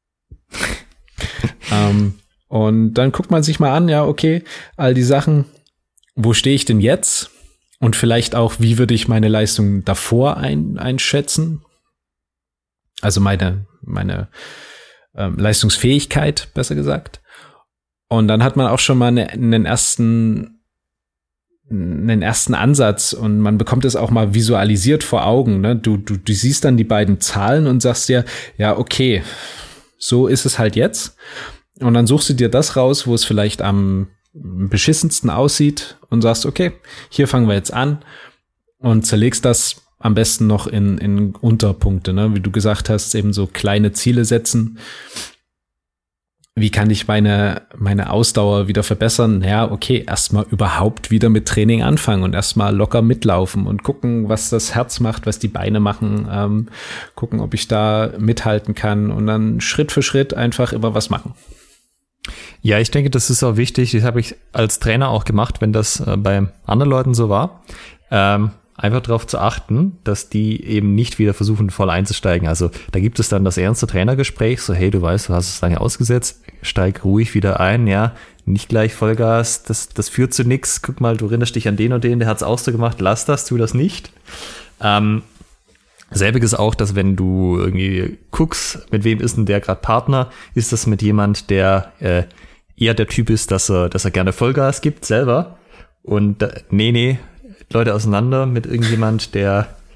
ähm, und dann guckt man sich mal an, ja, okay, all die Sachen, wo stehe ich denn jetzt? Und vielleicht auch, wie würde ich meine Leistung davor ein, einschätzen? Also meine, meine ähm, Leistungsfähigkeit, besser gesagt. Und dann hat man auch schon mal eine, einen ersten, einen ersten Ansatz und man bekommt es auch mal visualisiert vor Augen. Ne? Du, du, du siehst dann die beiden Zahlen und sagst dir, ja, okay, so ist es halt jetzt. Und dann suchst du dir das raus, wo es vielleicht am beschissensten aussieht und sagst, okay, hier fangen wir jetzt an und zerlegst das am besten noch in, in Unterpunkte, ne? Wie du gesagt hast, eben so kleine Ziele setzen. Wie kann ich meine, meine Ausdauer wieder verbessern? Ja, okay, erstmal überhaupt wieder mit Training anfangen und erstmal locker mitlaufen und gucken, was das Herz macht, was die Beine machen, ähm, gucken, ob ich da mithalten kann und dann Schritt für Schritt einfach immer was machen. Ja, ich denke, das ist auch wichtig. Das habe ich als Trainer auch gemacht, wenn das äh, bei anderen Leuten so war. Ähm, einfach darauf zu achten, dass die eben nicht wieder versuchen, voll einzusteigen. Also da gibt es dann das ernste Trainergespräch, so hey, du weißt, du hast es lange ausgesetzt, steig ruhig wieder ein, ja, nicht gleich Vollgas, das, das führt zu nichts. Guck mal, du erinnerst dich an den und den, der hat es auch so gemacht, lass das, tu das nicht. Ähm, Selbiges auch, dass wenn du irgendwie guckst, mit wem ist denn der gerade Partner, ist das mit jemand, der äh, eher der Typ ist, dass er, dass er gerne Vollgas gibt selber und äh, nee, nee, Leute auseinander mit irgendjemand, der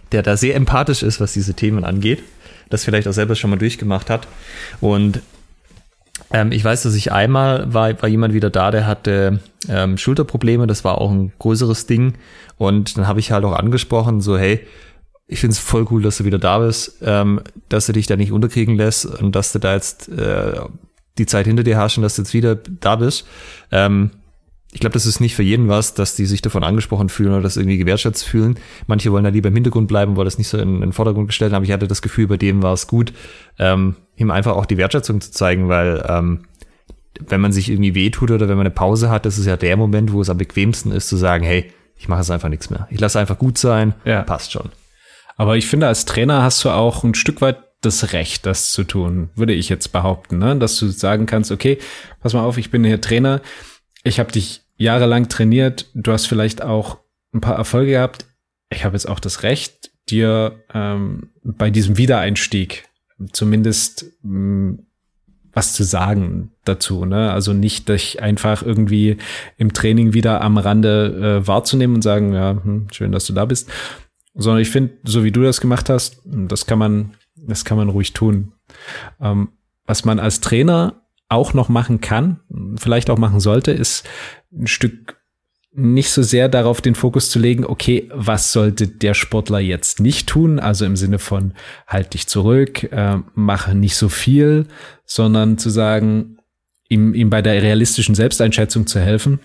der da sehr empathisch ist, was diese Themen angeht, das vielleicht auch selber schon mal durchgemacht hat. Und ähm, ich weiß, dass ich einmal war, war jemand wieder da, der hatte ähm, Schulterprobleme, das war auch ein größeres Ding. Und dann habe ich halt auch angesprochen, so hey, ich finde es voll cool, dass du wieder da bist, ähm, dass du dich da nicht unterkriegen lässt und dass du da jetzt äh, die Zeit hinter dir hast und dass du jetzt wieder da bist. Ähm, ich glaube, das ist nicht für jeden was, dass die sich davon angesprochen fühlen oder das irgendwie gewertschätzt fühlen. Manche wollen da lieber im Hintergrund bleiben, wollen das nicht so in, in den Vordergrund gestellt haben. Aber ich hatte das Gefühl, bei dem war es gut, ähm, ihm einfach auch die Wertschätzung zu zeigen, weil ähm, wenn man sich irgendwie wehtut oder wenn man eine Pause hat, das ist ja der Moment, wo es am bequemsten ist, zu sagen, hey, ich mache jetzt einfach nichts mehr. Ich lasse einfach gut sein, ja. Passt schon. Aber ich finde, als Trainer hast du auch ein Stück weit das Recht, das zu tun, würde ich jetzt behaupten, ne? Dass du sagen kannst, okay, pass mal auf, ich bin hier Trainer, ich habe dich jahrelang trainiert, du hast vielleicht auch ein paar Erfolge gehabt, ich habe jetzt auch das Recht, dir ähm, bei diesem Wiedereinstieg zumindest mh, was zu sagen dazu, ne? Also nicht dich einfach irgendwie im Training wieder am Rande äh, wahrzunehmen und sagen, ja, hm, schön, dass du da bist, sondern ich finde, so wie du das gemacht hast, das kann man, das kann man ruhig tun. Ähm, was man als Trainer auch noch machen kann, vielleicht auch machen sollte, ist ein Stück nicht so sehr darauf den Fokus zu legen, okay, was sollte der Sportler jetzt nicht tun? Also im Sinne von, halt dich zurück, äh, mache nicht so viel, sondern zu sagen, ihm, ihm bei der realistischen Selbsteinschätzung zu helfen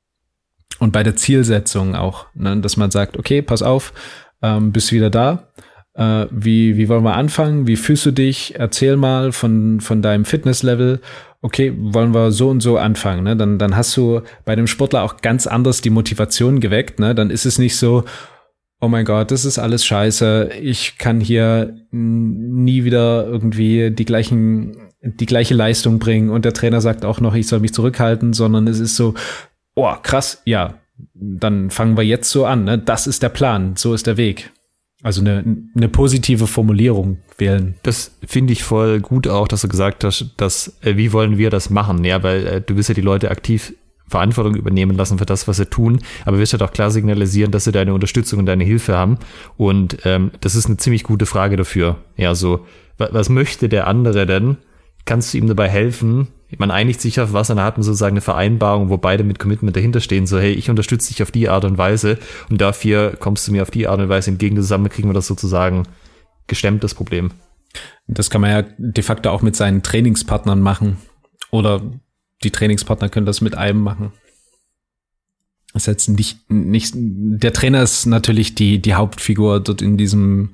und bei der Zielsetzung auch, ne, dass man sagt, okay, pass auf, ähm, bist wieder da. Äh, wie, wie wollen wir anfangen? Wie fühlst du dich? Erzähl mal von, von deinem Fitnesslevel. Okay, wollen wir so und so anfangen, ne? Dann, dann hast du bei dem Sportler auch ganz anders die Motivation geweckt, ne? Dann ist es nicht so, oh mein Gott, das ist alles scheiße. Ich kann hier nie wieder irgendwie die gleichen, die gleiche Leistung bringen und der Trainer sagt auch noch, ich soll mich zurückhalten, sondern es ist so, oh, krass, ja, dann fangen wir jetzt so an, ne? Das ist der Plan, so ist der Weg. Also eine, eine positive Formulierung wählen. Das finde ich voll gut auch, dass du gesagt hast, dass äh, wie wollen wir das machen? Ja, weil äh, du willst ja die Leute aktiv Verantwortung übernehmen lassen für das, was sie tun, aber wirst halt auch klar signalisieren, dass sie deine Unterstützung und deine Hilfe haben. Und ähm, das ist eine ziemlich gute Frage dafür. Ja, so, was, was möchte der andere denn? Kannst du ihm dabei helfen? Man einigt sich auf was und dann hat man sozusagen eine Vereinbarung, wo beide mit Commitment dahinter stehen, so hey, ich unterstütze dich auf die Art und Weise und dafür kommst du mir auf die Art und Weise entgegen, zusammen kriegen wir das sozusagen gestemmt, das Problem. Das kann man ja de facto auch mit seinen Trainingspartnern machen oder die Trainingspartner können das mit einem machen. Das ist jetzt nicht, nicht, der Trainer ist natürlich die, die Hauptfigur dort in diesem,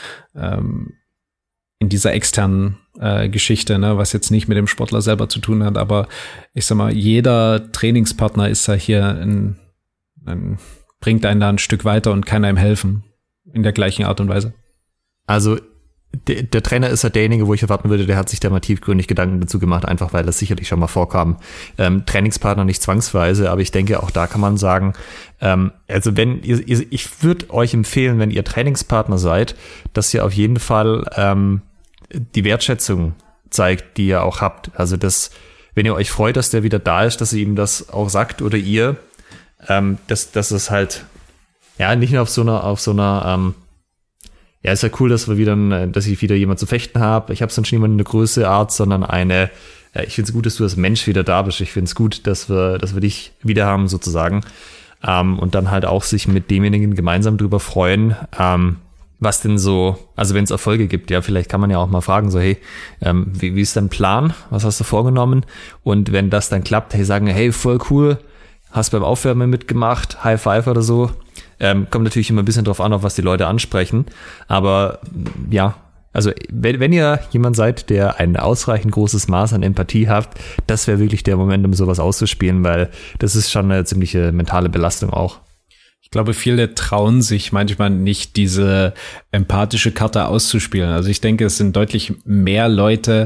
ähm, in dieser externen äh, Geschichte, ne, was jetzt nicht mit dem Sportler selber zu tun hat, aber ich sag mal, jeder Trainingspartner ist ja hier ein, ein, bringt einen da ein Stück weiter und kann einem helfen in der gleichen Art und Weise. Also der, der Trainer ist ja derjenige, wo ich erwarten würde, der hat sich da mal tiefgründig Gedanken dazu gemacht, einfach weil das sicherlich schon mal vorkam. Ähm, Trainingspartner nicht zwangsweise, aber ich denke, auch da kann man sagen, ähm, also wenn ihr, ihr ich würde euch empfehlen, wenn ihr Trainingspartner seid, dass ihr auf jeden Fall ähm, die Wertschätzung zeigt, die ihr auch habt. Also das, wenn ihr euch freut, dass der wieder da ist, dass ihr ihm das auch sagt oder ihr, ähm, dass, dass es halt, ja, nicht nur auf so einer, auf so einer, ähm, ja, ist ja cool, dass wir wieder, dass ich wieder jemand zu fechten habe. Ich habe sonst niemanden eine größere Art, sondern eine, äh, ich finde es gut, dass du als Mensch wieder da bist. Ich finde es gut, dass wir, dass wir dich wieder haben, sozusagen. Ähm, und dann halt auch sich mit demjenigen gemeinsam drüber freuen, ähm, was denn so, also wenn es Erfolge gibt, ja, vielleicht kann man ja auch mal fragen, so, hey, ähm, wie, wie ist dein Plan? Was hast du vorgenommen? Und wenn das dann klappt, hey, sagen, hey, voll cool, hast beim Aufwärmen mitgemacht, High Five oder so. Ähm, kommt natürlich immer ein bisschen drauf an, auf was die Leute ansprechen. Aber ja, also wenn, wenn ihr jemand seid, der ein ausreichend großes Maß an Empathie habt, das wäre wirklich der Moment, um sowas auszuspielen, weil das ist schon eine ziemliche mentale Belastung auch. Ich glaube, viele trauen sich manchmal nicht, diese empathische Karte auszuspielen. Also ich denke, es sind deutlich mehr Leute,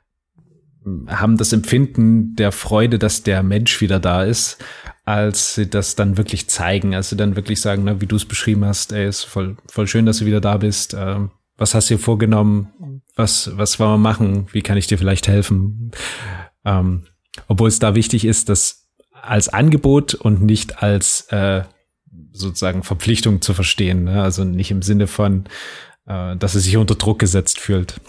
haben das Empfinden der Freude, dass der Mensch wieder da ist, als sie das dann wirklich zeigen, als sie dann wirklich sagen, ne, wie du es beschrieben hast, ey, ist voll, voll schön, dass du wieder da bist. Ähm, was hast du dir vorgenommen? Was, was wollen wir machen? Wie kann ich dir vielleicht helfen? Ähm, obwohl es da wichtig ist, dass als Angebot und nicht als äh, sozusagen Verpflichtung zu verstehen, ne? Also nicht im Sinne von, äh, dass er sich unter Druck gesetzt fühlt.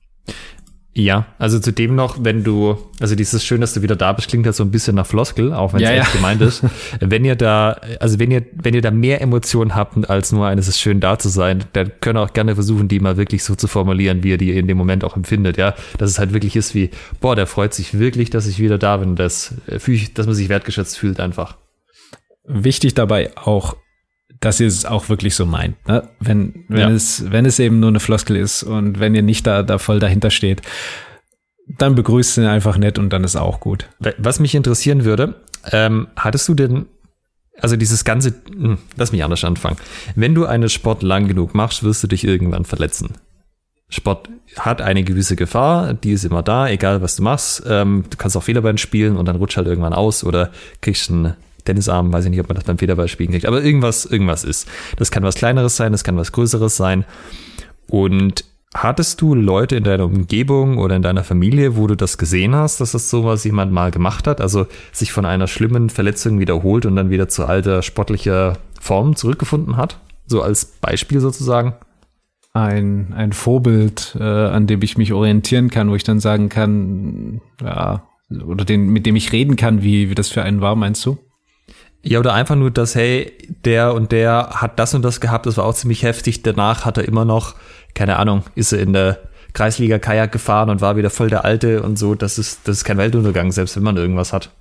Ja, also zudem noch, wenn du, also dieses schön, dass du wieder da bist, klingt ja so ein bisschen nach Floskel, auch wenn es ja, echt ja. gemeint ist. Wenn ihr da, also wenn ihr, wenn ihr da mehr Emotionen habt, als nur eines ist schön da zu sein, dann könnt ihr auch gerne versuchen, die mal wirklich so zu formulieren, wie ihr die in dem Moment auch empfindet, ja. Dass es halt wirklich ist wie, boah, der freut sich wirklich, dass ich wieder da bin, das fühle ich, dass man sich wertgeschätzt fühlt einfach. Wichtig dabei auch, dass ihr es auch wirklich so meint, ne? Wenn, wenn Ja. es, wenn es eben nur eine Floskel ist und wenn ihr nicht da, da voll dahinter steht, dann begrüßt ihn einfach nett und dann ist auch gut. Was mich interessieren würde, ähm, hattest du denn, also dieses ganze, hm, lass mich anders anfangen. Wenn du einen Sport lang genug machst, wirst du dich irgendwann verletzen. Sport hat eine gewisse Gefahr, die ist immer da, egal was du machst. Ähm, du kannst auch Federbein spielen und dann rutscht halt irgendwann aus oder kriegst einen Tennisarm, weiß ich nicht, ob man das beim Federballspielen kriegt, aber irgendwas, irgendwas ist. Das kann was Kleineres sein, das kann was Größeres sein. Und hattest du Leute in deiner Umgebung oder in deiner Familie, wo du das gesehen hast, dass das sowas jemand mal gemacht hat, also sich von einer schlimmen Verletzung wiederholt und dann wieder zu alter sportlicher Form zurückgefunden hat? So als Beispiel sozusagen? Ein, ein Vorbild, äh, an dem ich mich orientieren kann, wo ich dann sagen kann, ja, oder den, mit dem ich reden kann, wie, wie das für einen war, meinst du? Ja, oder einfach nur, dass, hey, der und der hat das und das gehabt, das war auch ziemlich heftig. Danach hat er immer noch, keine Ahnung, ist er in der Kreisliga Kajak gefahren und war wieder voll der Alte und so. Das ist, das ist kein Weltuntergang, selbst wenn man irgendwas hat.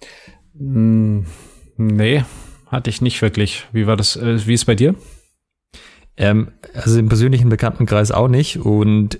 Mm, nee, hatte ich nicht wirklich. Wie war das, äh, wie ist es bei dir? Ähm, also im persönlichen Bekanntenkreis auch nicht. Und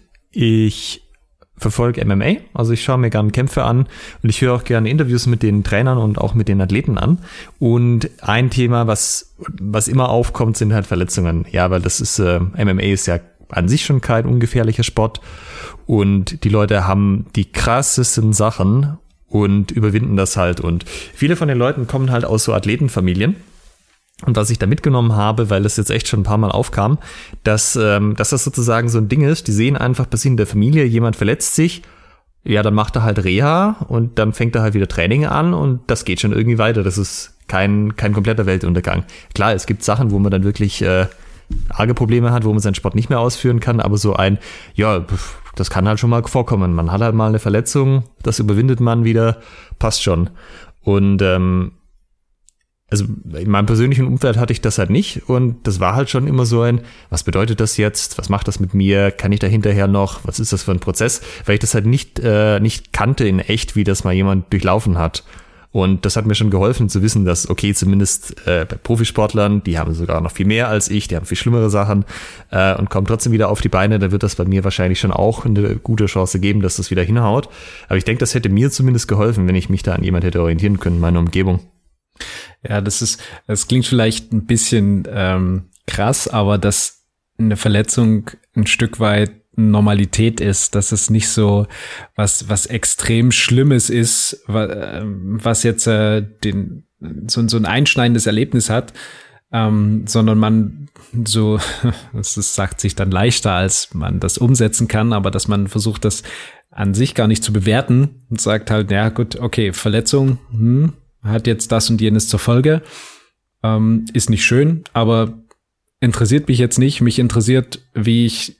ich verfolge M M A, also ich schaue mir gerne Kämpfe an und ich höre auch gerne Interviews mit den Trainern und auch mit den Athleten an. Und ein Thema, was was immer aufkommt, sind halt Verletzungen. Ja, weil das ist, äh, M M A ist ja an sich schon kein ungefährlicher Sport und die Leute haben die krassesten Sachen und überwinden das halt. Und viele von den Leuten kommen halt aus so Athletenfamilien. Und was ich da mitgenommen habe, weil das jetzt echt schon ein paar Mal aufkam, dass, ähm, dass das sozusagen so ein Ding ist, die sehen einfach, bei in der Familie, jemand verletzt sich, ja, dann macht er halt Reha und dann fängt er halt wieder Training an und das geht schon irgendwie weiter. Das ist kein, kein kompletter Weltuntergang. Klar, es gibt Sachen, wo man dann wirklich äh, arge Probleme hat, wo man seinen Sport nicht mehr ausführen kann, aber so ein, ja, das kann halt schon mal vorkommen. Man hat halt mal eine Verletzung, das überwindet man wieder, passt schon. Und ähm, also in meinem persönlichen Umfeld hatte ich das halt nicht und das war halt schon immer so ein, was bedeutet das jetzt, was macht das mit mir, kann ich da hinterher noch, was ist das für ein Prozess, weil ich das halt nicht äh, nicht kannte in echt, wie das mal jemand durchlaufen hat. Und das hat mir schon geholfen zu wissen, dass, okay, zumindest äh, bei Profisportlern, die haben sogar noch viel mehr als ich, die haben viel schlimmere Sachen äh, und kommen trotzdem wieder auf die Beine, da wird das bei mir wahrscheinlich schon auch eine gute Chance geben, dass das wieder hinhaut. Aber ich denke, das hätte mir zumindest geholfen, wenn ich mich da an jemand hätte orientieren können in meiner Umgebung. Ja, das ist, das klingt vielleicht ein bisschen ähm, krass, aber dass eine Verletzung ein Stück weit Normalität ist, dass es nicht so was was extrem Schlimmes ist, was jetzt äh, den so, so ein einschneidendes Erlebnis hat, ähm, sondern man so, das sagt sich dann leichter, als man das umsetzen kann, aber dass man versucht, das an sich gar nicht zu bewerten und sagt halt, ja gut, okay, Verletzung, hm, hat jetzt das und jenes zur Folge, ähm, ist nicht schön, aber interessiert mich jetzt nicht. Mich interessiert, wie ich,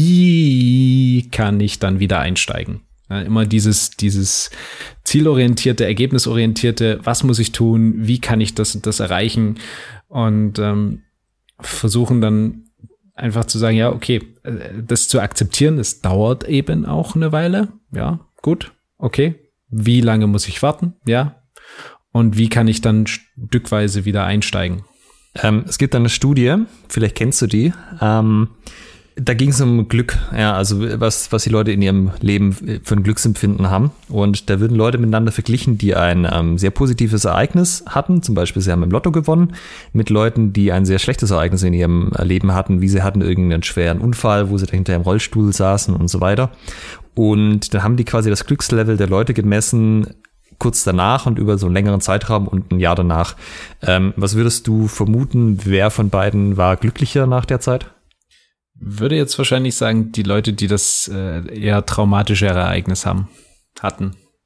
wie kann ich dann wieder einsteigen? Ja, immer dieses, dieses zielorientierte, ergebnisorientierte, was muss ich tun? Wie kann ich das und das erreichen? Und ähm, versuchen dann einfach zu sagen, ja, okay, das zu akzeptieren, es dauert eben auch eine Weile. Ja, gut, okay. Wie lange muss ich warten? Ja. Und wie kann ich dann stückweise wieder einsteigen? Ähm, es gibt eine Studie, vielleicht kennst du die, ähm, da ging es um Glück, ja, also was, was die Leute in ihrem Leben für ein Glücksempfinden haben. Und da würden Leute miteinander verglichen, die ein ähm, sehr positives Ereignis hatten, zum Beispiel sie haben im Lotto gewonnen, mit Leuten, die ein sehr schlechtes Ereignis in ihrem Leben hatten, wie sie hatten irgendeinen schweren Unfall, wo sie dahinter im Rollstuhl saßen und so weiter. Und dann haben die quasi das Glückslevel der Leute gemessen, kurz danach und über so einen längeren Zeitraum und ein Jahr danach. Ähm, was würdest du vermuten, wer von beiden war glücklicher nach der Zeit? Würde jetzt wahrscheinlich sagen, die Leute, die das äh, eher traumatischere Ereignis haben, hatten.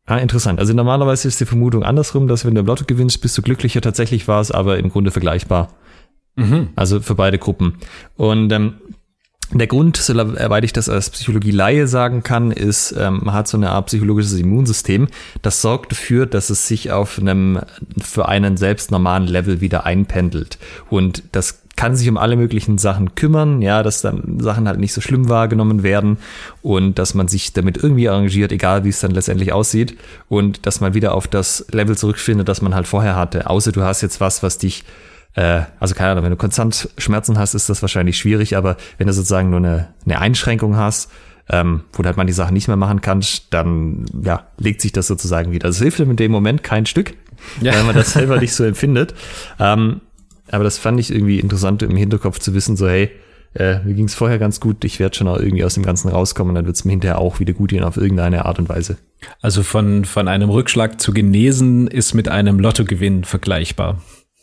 Ah, interessant. Also normalerweise ist die Vermutung andersrum, dass wenn du im Lotto gewinnst, bist du glücklicher. Tatsächlich war es aber im Grunde vergleichbar. Mhm. Also für beide Gruppen. Und ähm, der Grund, soweit ich das als Psychologie-Laie sagen kann, ist, ähm, man hat so eine Art psychologisches Immunsystem, das sorgt dafür, dass es sich auf einem für einen selbst normalen Level wieder einpendelt. Und das kann sich um alle möglichen Sachen kümmern, ja, dass dann Sachen halt nicht so schlimm wahrgenommen werden und dass man sich damit irgendwie arrangiert, egal wie es dann letztendlich aussieht, und dass man wieder auf das Level zurückfindet, das man halt vorher hatte. Außer du hast jetzt was, was dich also keine Ahnung, wenn du konstant Schmerzen hast, ist das wahrscheinlich schwierig, aber wenn du sozusagen nur eine, eine Einschränkung hast, ähm, wo du halt manche Sachen nicht mehr machen kannst, dann ja, legt sich das sozusagen wieder. Also es hilft in dem Moment kein Stück, ja. Weil man das selber nicht so empfindet. Ähm, aber das fand ich irgendwie interessant im Hinterkopf zu wissen, so hey, äh, mir ging es vorher ganz gut, ich werde schon auch irgendwie aus dem Ganzen rauskommen und dann wird es mir hinterher auch wieder gut gehen auf irgendeine Art und Weise. Also von, von einem Rückschlag zu genesen ist mit einem Lottogewinn vergleichbar.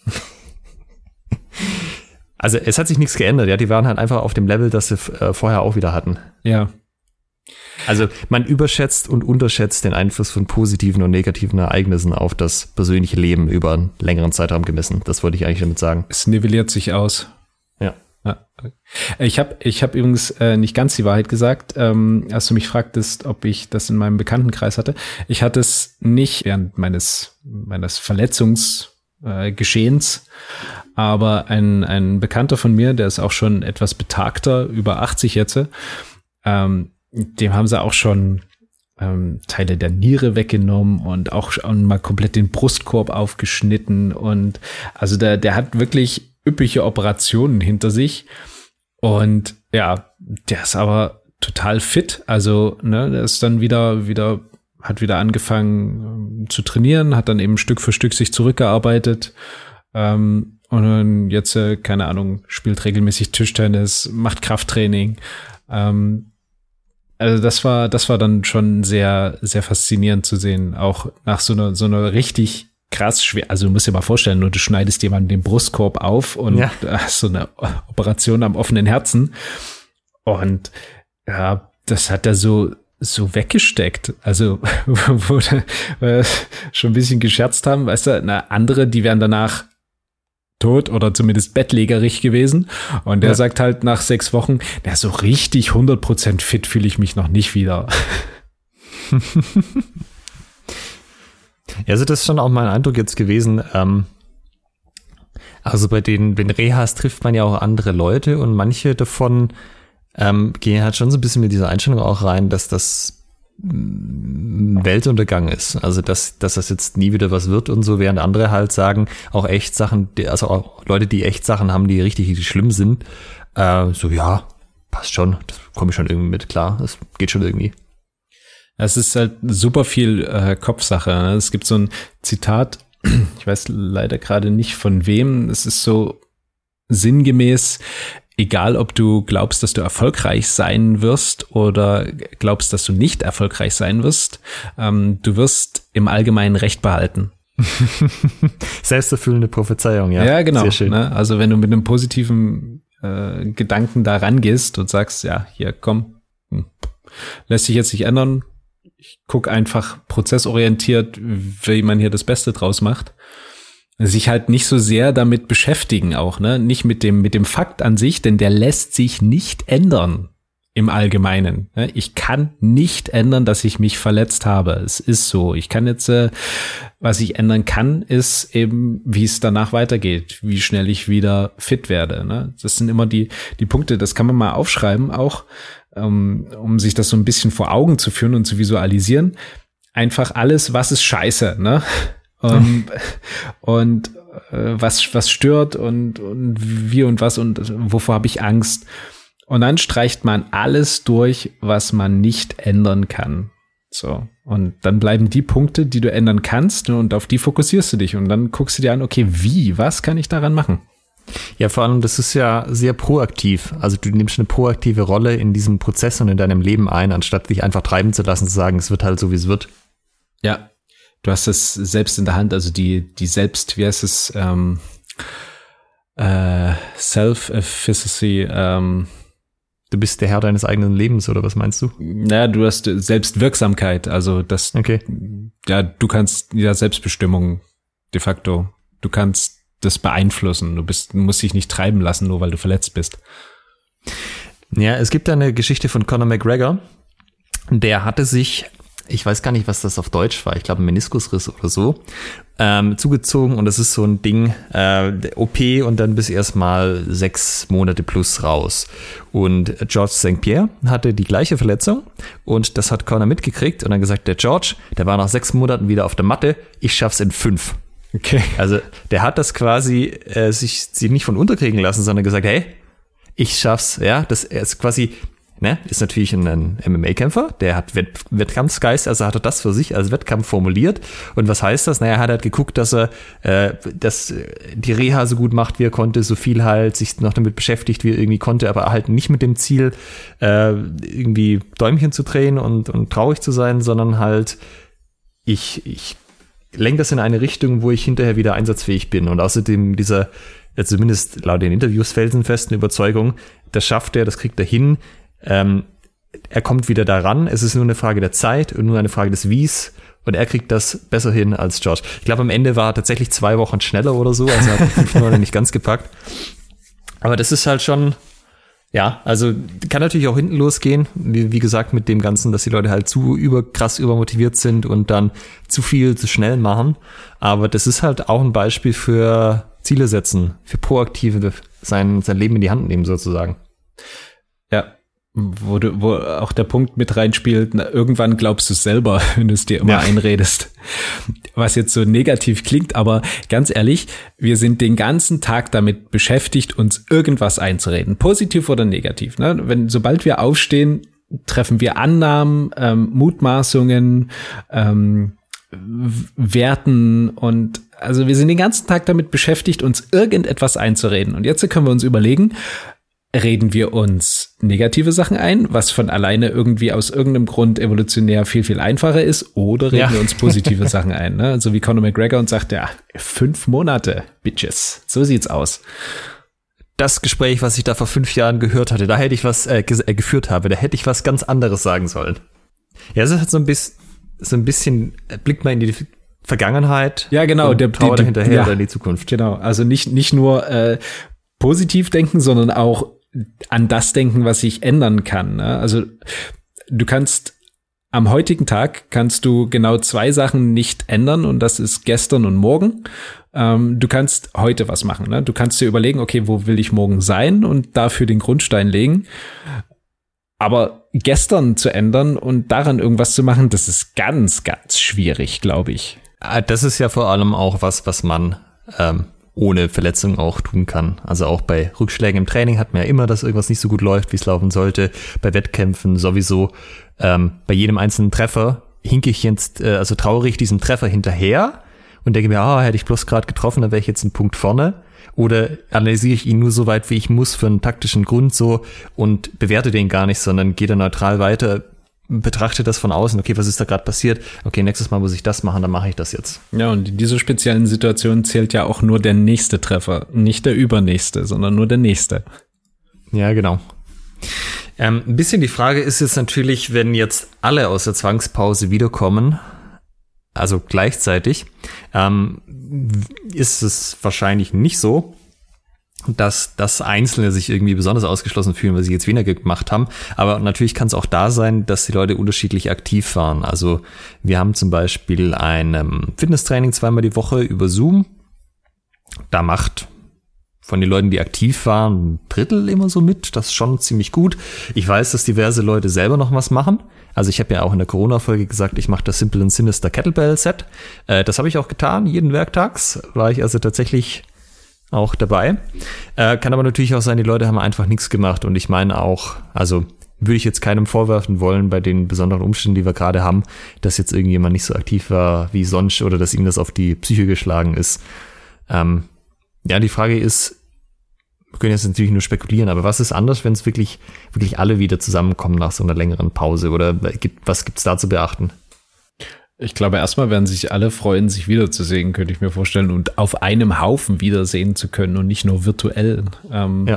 Also es hat sich nichts geändert, ja, die waren halt einfach auf dem Level, das sie äh, vorher auch wieder hatten. Ja. Also man überschätzt und unterschätzt den Einfluss von positiven und negativen Ereignissen auf das persönliche Leben über einen längeren Zeitraum gemessen. Das wollte ich eigentlich damit sagen. Es nivelliert sich aus. Ja. ja. Ich habe ich hab übrigens äh, nicht ganz die Wahrheit gesagt, ähm, als du mich fragtest, ob ich das in meinem Bekanntenkreis hatte. Ich hatte es nicht während meines, meines Verletzungsgeschehens. Aber ein, ein Bekannter von mir, der ist auch schon etwas betagter, über achtzig jetzt, ähm, dem haben sie auch schon ähm, Teile der Niere weggenommen und auch schon mal komplett den Brustkorb aufgeschnitten. Und also der, der hat wirklich üppige Operationen hinter sich. Und ja, der ist aber total fit. Also, ne, der ist dann wieder, wieder, hat wieder angefangen ähm, zu trainieren, hat dann eben Stück für Stück sich zurückgearbeitet. Ähm, Und jetzt, äh, keine Ahnung, spielt regelmäßig Tischtennis, macht Krafttraining. Ähm, also das war, das war dann schon sehr, sehr faszinierend zu sehen. Auch nach so einer, so einer richtig krass schwer, also du musst dir mal vorstellen, nur du schneidest jemanden den Brustkorb auf und ja. hast so eine Operation am offenen Herzen. Und ja, das hat er so, so weggesteckt. Also, wo wir schon ein bisschen gescherzt haben, weißt du, na, andere, die werden danach tot oder zumindest bettlägerig gewesen. Und der ja. sagt halt nach sechs Wochen, na, so richtig hundert Prozent fit fühle ich mich noch nicht wieder. Ja, also das ist schon auch mein Eindruck jetzt gewesen. Ähm, also bei den, den Rehas trifft man ja auch andere Leute und manche davon ähm, gehen halt schon so ein bisschen mit dieser Einstellung auch rein, dass das Weltuntergang ist. Also dass, dass das jetzt nie wieder was wird und so, während andere halt sagen, auch echt Sachen, also auch Leute, die echt Sachen haben, die richtig, richtig schlimm sind, äh, so ja, passt schon, das komme ich schon irgendwie mit, klar, das geht schon irgendwie. Es ist halt super viel äh, Kopfsache. Ne? Es gibt so ein Zitat, ich weiß leider gerade nicht von wem, es ist so sinngemäß, egal ob du glaubst, dass du erfolgreich sein wirst oder glaubst, dass du nicht erfolgreich sein wirst, ähm, du wirst im Allgemeinen Recht behalten. Selbsterfüllende Prophezeiung, ja. Ja, genau. Sehr schön. Ne? Also wenn du mit einem positiven äh, Gedanken da rangehst und sagst, ja, hier, komm, hm, lässt sich jetzt nicht ändern, ich gucke einfach prozessorientiert, wie man hier das Beste draus macht. Sich halt nicht so sehr damit beschäftigen auch, ne? Nicht mit dem, mit dem Fakt an sich, denn der lässt sich nicht ändern im Allgemeinen. Ne? Ich kann nicht ändern, dass ich mich verletzt habe. Es ist so. Ich kann jetzt, äh, was ich ändern kann, ist eben, wie es danach weitergeht, wie schnell ich wieder fit werde. Ne? Das sind immer die, die Punkte, das kann man mal aufschreiben, auch um, um sich das so ein bisschen vor Augen zu führen und zu visualisieren. Einfach alles, was ist scheiße, ne? Um, und äh, was was stört und, und wie und was und wovor habe ich Angst. Und dann streicht man alles durch, was man nicht ändern kann. So. Und dann bleiben die Punkte, die du ändern kannst, und auf die fokussierst du dich. Und dann guckst du dir an, okay, wie, was kann ich daran machen? Ja, vor allem, das ist ja sehr proaktiv. Also du nimmst eine proaktive Rolle in diesem Prozess und in deinem Leben ein, anstatt dich einfach treiben zu lassen, zu sagen, es wird halt so, wie es wird. Ja. Du hast es selbst in der Hand, also die, die selbst, wie heißt es, ähm, äh, Self-Efficacy, ähm, Du bist der Herr deines eigenen Lebens, oder was meinst du? Naja, du hast Selbstwirksamkeit, also das, okay. ja, du kannst ja Selbstbestimmung de facto, du kannst das beeinflussen, du bist, du musst dich nicht treiben lassen, nur weil du verletzt bist. Ja, es gibt eine Geschichte von Conor McGregor, der hatte sich, ich weiß gar nicht, was das auf Deutsch war, ich glaube ein Meniskusriss oder so, ähm, zugezogen und das ist so ein Ding, äh, O P und dann bis erstmal sechs Monate plus raus. Und George Sankt Pierre hatte die gleiche Verletzung und das hat Conor mitgekriegt und dann gesagt, der George, der war nach sechs Monaten wieder auf der Matte, ich schaff's in fünf. Okay. Also der hat das quasi äh, sich, sich nicht von unterkriegen lassen, sondern gesagt, hey, ich schaff's, ja, das ist quasi, ne, ist natürlich ein, ein M M A-Kämpfer, der hat Wett, Wettkampfsgeist, also hat er das für sich als Wettkampf formuliert. Und was heißt das? Naja, er hat halt geguckt, dass er äh, dass die Reha so gut macht, wie er konnte, so viel halt, sich noch damit beschäftigt, wie er irgendwie konnte, aber halt nicht mit dem Ziel, äh, irgendwie Däumchen zu drehen und, und traurig zu sein, sondern halt, ich, ich lenke das in eine Richtung, wo ich hinterher wieder einsatzfähig bin. Und außerdem dieser, zumindest laut den Interviews felsenfesten Überzeugung, das schafft er, das kriegt er hin. Ähm, er kommt wieder daran. Es ist nur eine Frage der Zeit und nur eine Frage des Wies. Und er kriegt das besser hin als George. Ich glaube, am Ende war er tatsächlich zwei Wochen schneller oder so. Also er hat fünf Monate nicht ganz gepackt. Aber das ist halt schon, ja, also kann natürlich auch hinten losgehen. Wie, wie gesagt, mit dem Ganzen, dass die Leute halt zu über, krass übermotiviert sind und dann zu viel zu schnell machen. Aber das ist halt auch ein Beispiel für Ziele setzen, für proaktive sein, sein Leben in die Hand nehmen sozusagen. Ja, wo, du, wo auch der Punkt mit reinspielt, na, irgendwann glaubst du es selber, wenn du es dir immer ja. einredest. Was jetzt so negativ klingt, aber ganz ehrlich, wir sind den ganzen Tag damit beschäftigt, uns irgendwas einzureden, positiv oder negativ. Ne? Wenn, sobald wir aufstehen, treffen wir Annahmen, ähm, Mutmaßungen, ähm, Werten und also wir sind den ganzen Tag damit beschäftigt, uns irgendetwas einzureden. Und jetzt können wir uns überlegen, reden wir uns negative Sachen ein, was von alleine irgendwie aus irgendeinem Grund evolutionär viel, viel einfacher ist, oder reden ja. wir uns positive Sachen ein, ne? So wie Conor McGregor und sagt, ja, fünf Monate, Bitches. So sieht's aus. Das Gespräch, was ich da vor fünf Jahren gehört hatte, da hätte ich was äh, ge- äh, geführt habe, da hätte ich was ganz anderes sagen sollen. Ja, es ist halt so ein bisschen, so ein bisschen, blickt mal in die Vergangenheit. Ja, genau. Und der trauert der, hinterher ja, oder in die Zukunft. Genau. Also nicht, nicht nur äh, positiv denken, sondern auch an das denken, was sich ändern kann. Ne? Also du kannst am heutigen Tag kannst du genau zwei Sachen nicht ändern und das ist gestern und morgen. Ähm, du kannst heute was machen. Ne? Du kannst dir überlegen, okay, wo will ich morgen sein und dafür den Grundstein legen. Aber gestern zu ändern und daran irgendwas zu machen, das ist ganz, ganz schwierig, glaube ich. Das ist ja vor allem auch was, was man ähm, ohne Verletzung auch tun kann. Also auch bei Rückschlägen im Training hat man ja immer, dass irgendwas nicht so gut läuft, wie es laufen sollte. Bei Wettkämpfen sowieso. Ähm, bei jedem einzelnen Treffer hinke ich jetzt, äh, also trauere ich diesem Treffer hinterher und denke mir, ah, hätte ich bloß gerade getroffen, dann wäre ich jetzt einen Punkt vorne. Oder analysiere ich ihn nur so weit, wie ich muss, für einen taktischen Grund so und bewerte den gar nicht, sondern gehe da neutral weiter, betrachte das von außen, okay, was ist da gerade passiert? Okay, nächstes Mal muss ich das machen, dann mache ich das jetzt. Ja, und in dieser speziellen Situation zählt ja auch nur der nächste Treffer, nicht der übernächste, sondern nur der nächste. Ja, genau. Ähm, ein bisschen die Frage ist jetzt natürlich, wenn jetzt alle aus der Zwangspause wiederkommen, also gleichzeitig, ähm, ist es wahrscheinlich nicht so, dass, dass Einzelne sich irgendwie besonders ausgeschlossen fühlen, weil sie jetzt weniger gemacht haben. Aber natürlich kann es auch da sein, dass die Leute unterschiedlich aktiv waren. Also wir haben zum Beispiel ein ähm, Fitnesstraining zweimal die Woche über Zoom. Da macht von den Leuten, die aktiv waren, ein Drittel immer so mit. Das ist schon ziemlich gut. Ich weiß, dass diverse Leute selber noch was machen. Also ich habe ja auch in der Corona-Folge gesagt, ich mache das Simple and Sinister Kettlebell-Set. Äh, das habe ich auch getan, jeden Werktags. War ich also tatsächlich auch dabei. Äh, kann aber natürlich auch sein, die Leute haben einfach nichts gemacht. Und ich meine auch, also würde ich jetzt keinem vorwerfen wollen bei den besonderen Umständen, die wir gerade haben, dass jetzt irgendjemand nicht so aktiv war wie sonst oder dass ihm das auf die Psyche geschlagen ist. Ähm, ja, die Frage ist, wir können jetzt natürlich nur spekulieren, aber was ist anders, wenn es wirklich, wirklich alle wieder zusammenkommen nach so einer längeren Pause? Oder gibt, was gibt's da zu beachten? Ich glaube, erstmal werden sich alle freuen, sich wiederzusehen, könnte ich mir vorstellen, und auf einem Haufen wiedersehen zu können und nicht nur virtuell. Ähm, ja.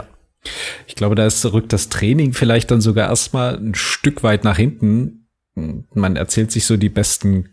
Ich glaube, da ist, rückt das Training vielleicht dann sogar erstmal ein Stück weit nach hinten. Man erzählt sich so die besten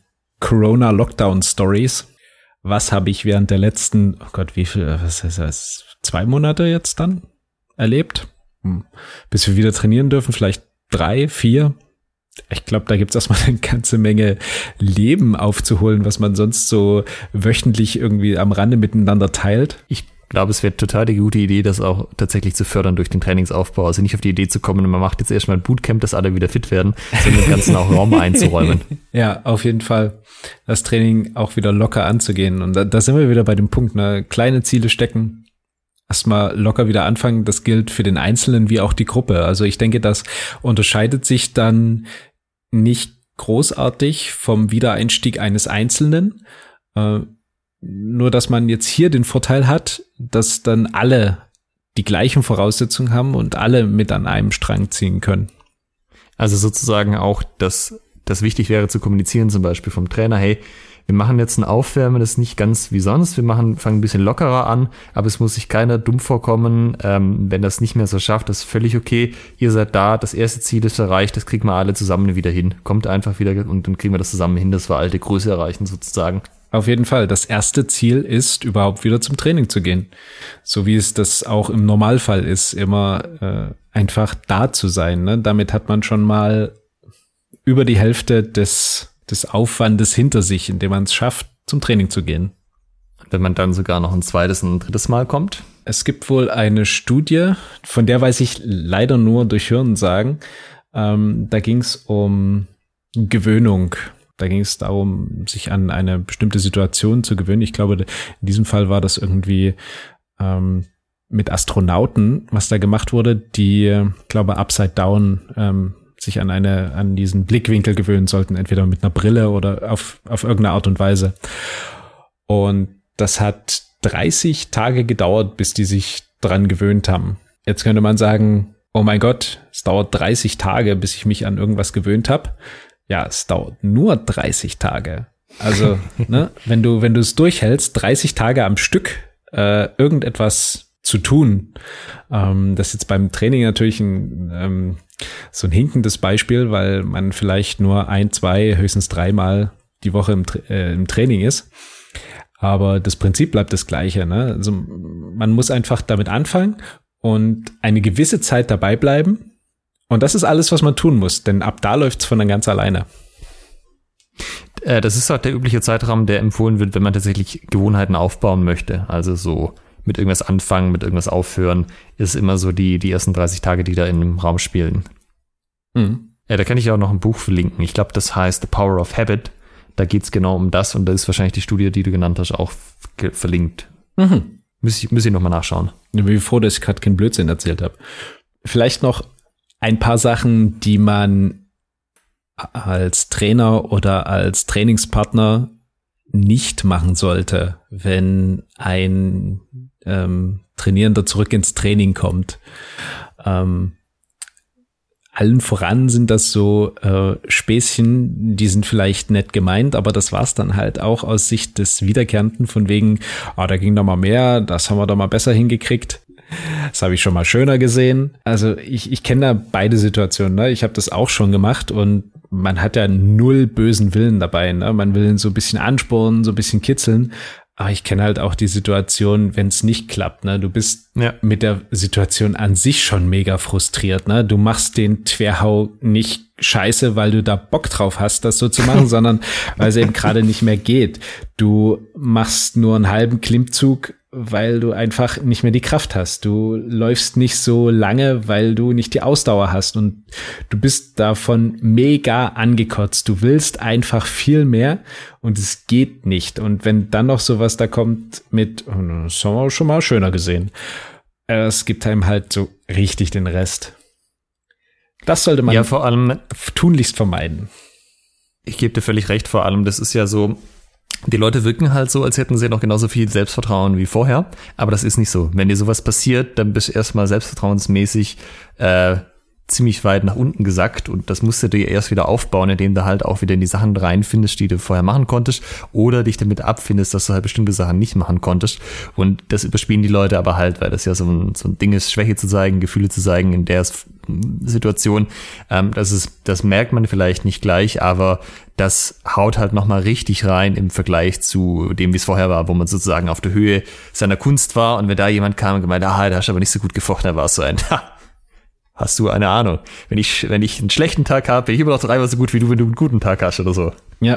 Corona-Lockdown-Stories. Was habe ich während der letzten, oh Gott, wie viel, was ist das, zwei Monate jetzt dann erlebt? Hm. Bis wir wieder trainieren dürfen, vielleicht drei, vier. Ich glaube, da gibt's erstmal eine ganze Menge Leben aufzuholen, was man sonst so wöchentlich irgendwie am Rande miteinander teilt. Ich glaube, es wäre total die gute Idee, das auch tatsächlich zu fördern durch den Trainingsaufbau. Also nicht auf die Idee zu kommen, man macht jetzt erstmal ein Bootcamp, dass alle wieder fit werden, sondern den ganzen auch Raum einzuräumen. Ja, auf jeden Fall. Das Training auch wieder locker anzugehen. Und da, da sind wir wieder bei dem Punkt, ne? Kleine Ziele stecken, erstmal locker wieder anfangen. Das gilt für den Einzelnen wie auch die Gruppe. Also ich denke, das unterscheidet sich dann nicht großartig vom Wiedereinstieg eines Einzelnen. Äh, Nur, dass man jetzt hier den Vorteil hat, dass dann alle die gleichen Voraussetzungen haben und alle mit an einem Strang ziehen können. Also sozusagen auch, dass das wichtig wäre zu kommunizieren, zum Beispiel vom Trainer, hey, wir machen jetzt ein Aufwärmen, das ist nicht ganz wie sonst, wir machen, fangen ein bisschen lockerer an, aber es muss sich keiner dumm vorkommen, ähm, wenn das nicht mehr so schafft, das ist völlig okay, ihr seid da, das erste Ziel ist erreicht, das kriegen wir alle zusammen wieder hin, kommt einfach wieder und dann kriegen wir das zusammen hin, dass wir alte Größe erreichen sozusagen. Auf jeden Fall. Das erste Ziel ist, überhaupt wieder zum Training zu gehen. So wie es das auch im Normalfall ist, immer äh, einfach da zu sein. Ne? Damit hat man schon mal über die Hälfte des, des Aufwandes hinter sich, indem man es schafft, zum Training zu gehen. Wenn man dann sogar noch ein zweites und ein drittes Mal kommt? Es gibt wohl eine Studie, von der weiß ich leider nur durch Hörensagen. Ähm, da ging es um Gewöhnung. Da ging es darum, sich an eine bestimmte Situation zu gewöhnen. Ich glaube, in diesem Fall war das irgendwie ähm, mit Astronauten, was da gemacht wurde, die, ich glaube, upside down ähm, sich an eine an diesen Blickwinkel gewöhnen sollten, entweder mit einer Brille oder auf auf irgendeine Art und Weise. Und das hat dreißig Tage gedauert, bis die sich dran gewöhnt haben. Jetzt könnte man sagen, oh mein Gott, es dauert dreißig Tage, bis ich mich an irgendwas gewöhnt habe. Ja, es dauert nur dreißig Tage. Also, ne, wenn du, wenn du es durchhältst, dreißig Tage am Stück äh, irgendetwas zu tun, ähm, das ist jetzt beim Training natürlich ein, ähm, so ein hinkendes Beispiel, weil man vielleicht nur ein, zwei, höchstens dreimal die Woche im, äh, im Training ist. Aber das Prinzip bleibt das Gleiche, ne? Also man muss einfach damit anfangen und eine gewisse Zeit dabei bleiben. Und das ist alles, was man tun muss, denn ab da läuft's von dann ganz alleine. Äh, das ist halt der übliche Zeitraum, der empfohlen wird, wenn man tatsächlich Gewohnheiten aufbauen möchte. Also so mit irgendwas anfangen, mit irgendwas aufhören, ist immer so die, die ersten dreißig Tage, die da im Raum spielen. Mhm. Ja, da kann ich auch noch ein Buch verlinken. Ich glaube, das heißt The Power of Habit. Da geht's genau um das und da ist wahrscheinlich die Studie, die du genannt hast, auch ge- verlinkt. Mhm. Muss ich, muss ich nochmal nachschauen. Ich bin froh, dass ich gerade keinen Blödsinn erzählt habe. Vielleicht noch ein paar Sachen, die man als Trainer oder als Trainingspartner nicht machen sollte, wenn ein ähm, Trainierender zurück ins Training kommt. Ähm, allen voran sind das so äh, Späßchen, die sind vielleicht nett gemeint, aber das war's dann halt auch aus Sicht des Wiederkehrenden, von wegen, ah, da ging doch mal mehr, das haben wir doch mal besser hingekriegt. Das habe ich schon mal schöner gesehen. Also ich, ich kenne da beide Situationen. Ne? Ich habe das auch schon gemacht und man hat ja null bösen Willen dabei. Ne? Man will ihn so ein bisschen anspornen, so ein bisschen kitzeln. Aber ich kenne halt auch die Situation, wenn es nicht klappt. Ne? Du bist ja mit der Situation an sich schon mega frustriert. Ne? Du machst den Twerhau nicht scheiße, weil du da Bock drauf hast, das so zu machen, sondern weil es eben gerade nicht mehr geht. Du machst nur einen halben Klimmzug, weil du einfach nicht mehr die Kraft hast. Du läufst nicht so lange, weil du nicht die Ausdauer hast und du bist davon mega angekotzt. Du willst einfach viel mehr und es geht nicht. Und wenn dann noch sowas da kommt mit, oh, das haben wir schon mal schöner gesehen. Es gibt einem halt so richtig den Rest. Das sollte man ja vor allem tunlichst vermeiden. Ich gebe dir völlig recht, vor allem, das ist ja so, die Leute wirken halt so, als hätten sie noch genauso viel Selbstvertrauen wie vorher, aber das ist nicht so. Wenn dir sowas passiert, dann bist du erstmal selbstvertrauensmäßig äh, ziemlich weit nach unten gesackt und das musst du dir erst wieder aufbauen, indem du halt auch wieder in die Sachen reinfindest, die du vorher machen konntest oder dich damit abfindest, dass du halt bestimmte Sachen nicht machen konntest und das überspielen die Leute aber halt, weil das ja so ein, so ein Ding ist, Schwäche zu zeigen, Gefühle zu zeigen in der Situation, ähm, das ist, das merkt man vielleicht nicht gleich, aber das haut halt nochmal richtig rein im Vergleich zu dem, wie es vorher war, wo man sozusagen auf der Höhe seiner Kunst war und wenn da jemand kam und gemeint, ah, da hast du aber nicht so gut gefochten, da war es so ein, ha, hast du eine Ahnung? Wenn ich, wenn ich einen schlechten Tag habe, bin ich immer noch dreimal so gut wie du, wenn du einen guten Tag hast oder so. Ja.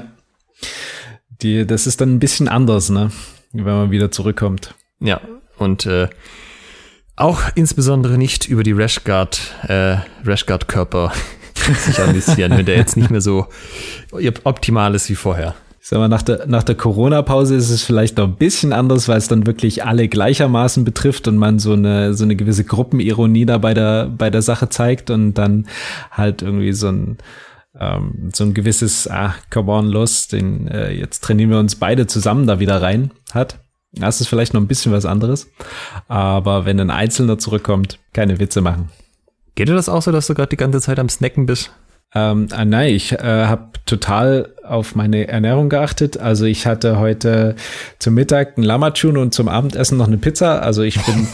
Die, das ist dann ein bisschen anders, ne? Wenn man wieder zurückkommt. Ja. Und äh, auch insbesondere nicht über die Rashguard, äh, Rashguard-Körper sich amüsieren, wenn der jetzt nicht mehr so optimal ist wie vorher. Ich sag mal, nach der, nach der Corona-Pause ist es vielleicht noch ein bisschen anders, weil es dann wirklich alle gleichermaßen betrifft und man so eine, so eine gewisse Gruppenironie da bei der, bei der Sache zeigt und dann halt irgendwie so ein, ähm, so ein gewisses, ah, come on, los, den, äh, jetzt trainieren wir uns beide zusammen da wieder rein hat. Das ist vielleicht noch ein bisschen was anderes. Aber wenn ein Einzelner zurückkommt, keine Witze machen. Geht dir das auch so, dass du gerade die ganze Zeit am Snacken bist? Ähm, ah, nein, ich äh, habe total auf meine Ernährung geachtet. Also ich hatte heute zum Mittag ein Lammatschun und zum Abendessen noch eine Pizza. Also ich bin...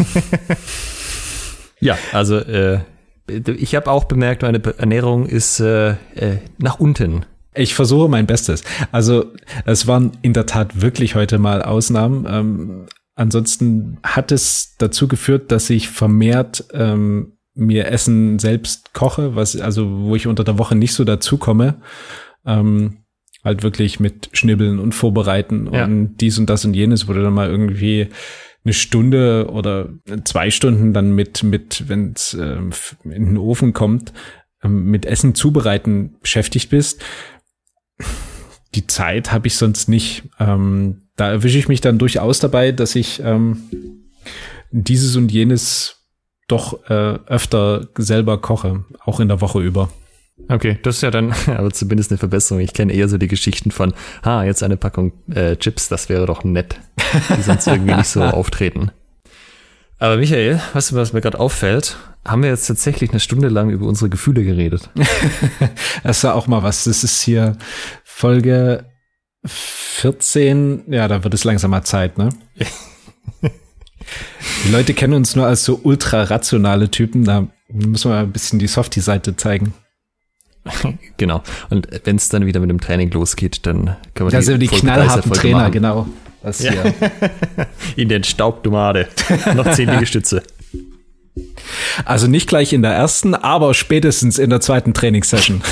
ja, also äh, ich habe auch bemerkt, meine Ernährung ist äh, äh, nach unten. Ich versuche mein Bestes. Also es waren in der Tat wirklich heute mal Ausnahmen. Ähm, ansonsten hat es dazu geführt, dass ich vermehrt ähm, mir Essen selbst koche, was also wo ich unter der Woche nicht so dazu komme, ähm, halt wirklich mit Schnibbeln und Vorbereiten ja. und dies und das und jenes, wurde dann mal irgendwie eine Stunde oder zwei Stunden dann mit mit wenn es ähm, in den Ofen kommt, ähm, mit Essen zubereiten beschäftigt bist. Die Zeit habe ich sonst nicht. Ähm, da erwische ich mich dann durchaus dabei, dass ich ähm, dieses und jenes doch äh, öfter selber koche, auch in der Woche über. Okay, das ist ja dann aber zumindest eine Verbesserung. Ich kenne eher so die Geschichten von, ah, jetzt eine Packung äh, Chips, das wäre doch nett, die sonst irgendwie nicht so auftreten. Aber Michael, weißt du, was mir gerade auffällt? Haben wir jetzt tatsächlich eine Stunde lang über unsere Gefühle geredet? Das war auch mal was. Das ist hier Folge vierzehn. Ja, da wird es langsam mal Zeit, ne? Die Leute kennen uns nur als so ultra rationale Typen. Da müssen wir ein bisschen die Softie-Seite zeigen. Genau. Und wenn es dann wieder mit dem Training losgeht, dann können wir das die, sind die knallharten Trainer, machen. Genau. Das ja. hier. In den Staub, du Made. Noch zehn Liegestütze. Also nicht gleich in der ersten, aber spätestens in der zweiten Trainingssession.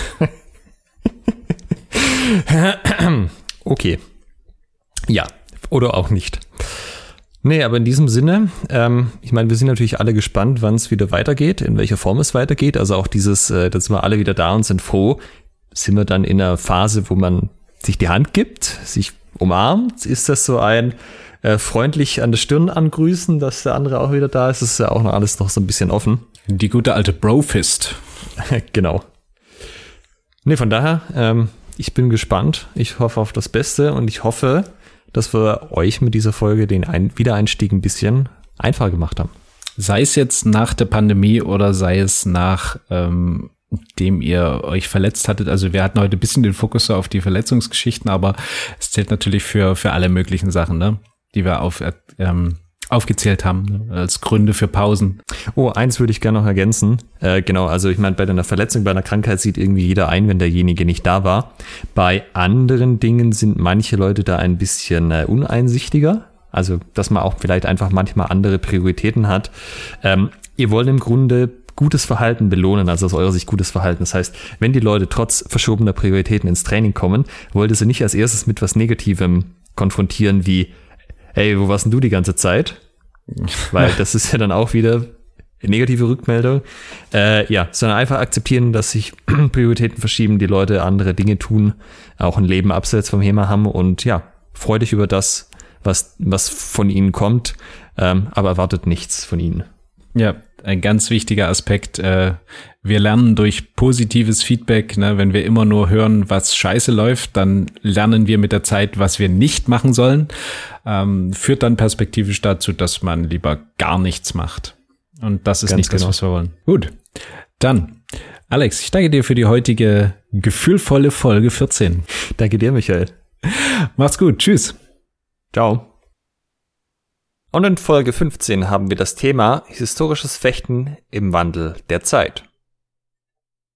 Okay. Ja, oder auch nicht. Nee, aber in diesem Sinne, ähm, ich meine, wir sind natürlich alle gespannt, wann es wieder weitergeht, in welcher Form es weitergeht. Also auch dieses, äh, dass wir alle wieder da und sind froh, sind wir dann in einer Phase, wo man sich die Hand gibt, sich umarmt. Ist das so ein äh, freundlich an der Stirn angrüßen, dass der andere auch wieder da ist? Das ist ja auch noch alles noch so ein bisschen offen. Die gute alte Brofist. Genau. Nee, von daher, ähm, ich bin gespannt. Ich hoffe auf das Beste und ich hoffe, dass wir euch mit dieser Folge den Ein- Wiedereinstieg ein bisschen einfacher gemacht haben. Sei es jetzt nach der Pandemie oder sei es nach ähm, dem ihr euch verletzt hattet. Also wir hatten heute ein bisschen den Fokus so auf die Verletzungsgeschichten, aber es zählt natürlich für für alle möglichen Sachen, ne, die wir auf ähm, aufgezählt haben, ne, als Gründe für Pausen. Oh, eins würde ich gerne noch ergänzen. Äh, genau, also ich meine, bei einer Verletzung, bei einer Krankheit sieht irgendwie jeder ein, wenn derjenige nicht da war. Bei anderen Dingen sind manche Leute da ein bisschen äh, uneinsichtiger. Also, dass man auch vielleicht einfach manchmal andere Prioritäten hat. Ähm, ihr wollt im Grunde gutes Verhalten belohnen, also aus eurer Sicht gutes Verhalten. Das heißt, wenn die Leute trotz verschobener Prioritäten ins Training kommen, wollt ihr sie nicht als erstes mit was Negativem konfrontieren wie, hey, wo warst denn du die ganze Zeit? Weil das ist ja dann auch wieder negative Rückmeldung. Äh, ja, sondern einfach akzeptieren, dass sich Prioritäten verschieben, die Leute andere Dinge tun, auch ein Leben abseits vom HEMA haben und ja, freu dich über das, was, was von ihnen kommt, ähm, aber erwartet nichts von ihnen. Ja, ein ganz wichtiger Aspekt. Äh, wir lernen durch positives Feedback, ne, wenn wir immer nur hören, was scheiße läuft, dann lernen wir mit der Zeit, was wir nicht machen sollen. Ähm, führt dann perspektivisch dazu, dass man lieber gar nichts macht. Und das ist ganz nicht genau. das, was wir wollen. Gut, Dann, Alex, ich danke dir für die heutige gefühlvolle Folge vierzehn. Danke dir, Michael. Macht's gut. Tschüss. Ciao. Und in Folge fünfzehn haben wir das Thema historisches Fechten im Wandel der Zeit.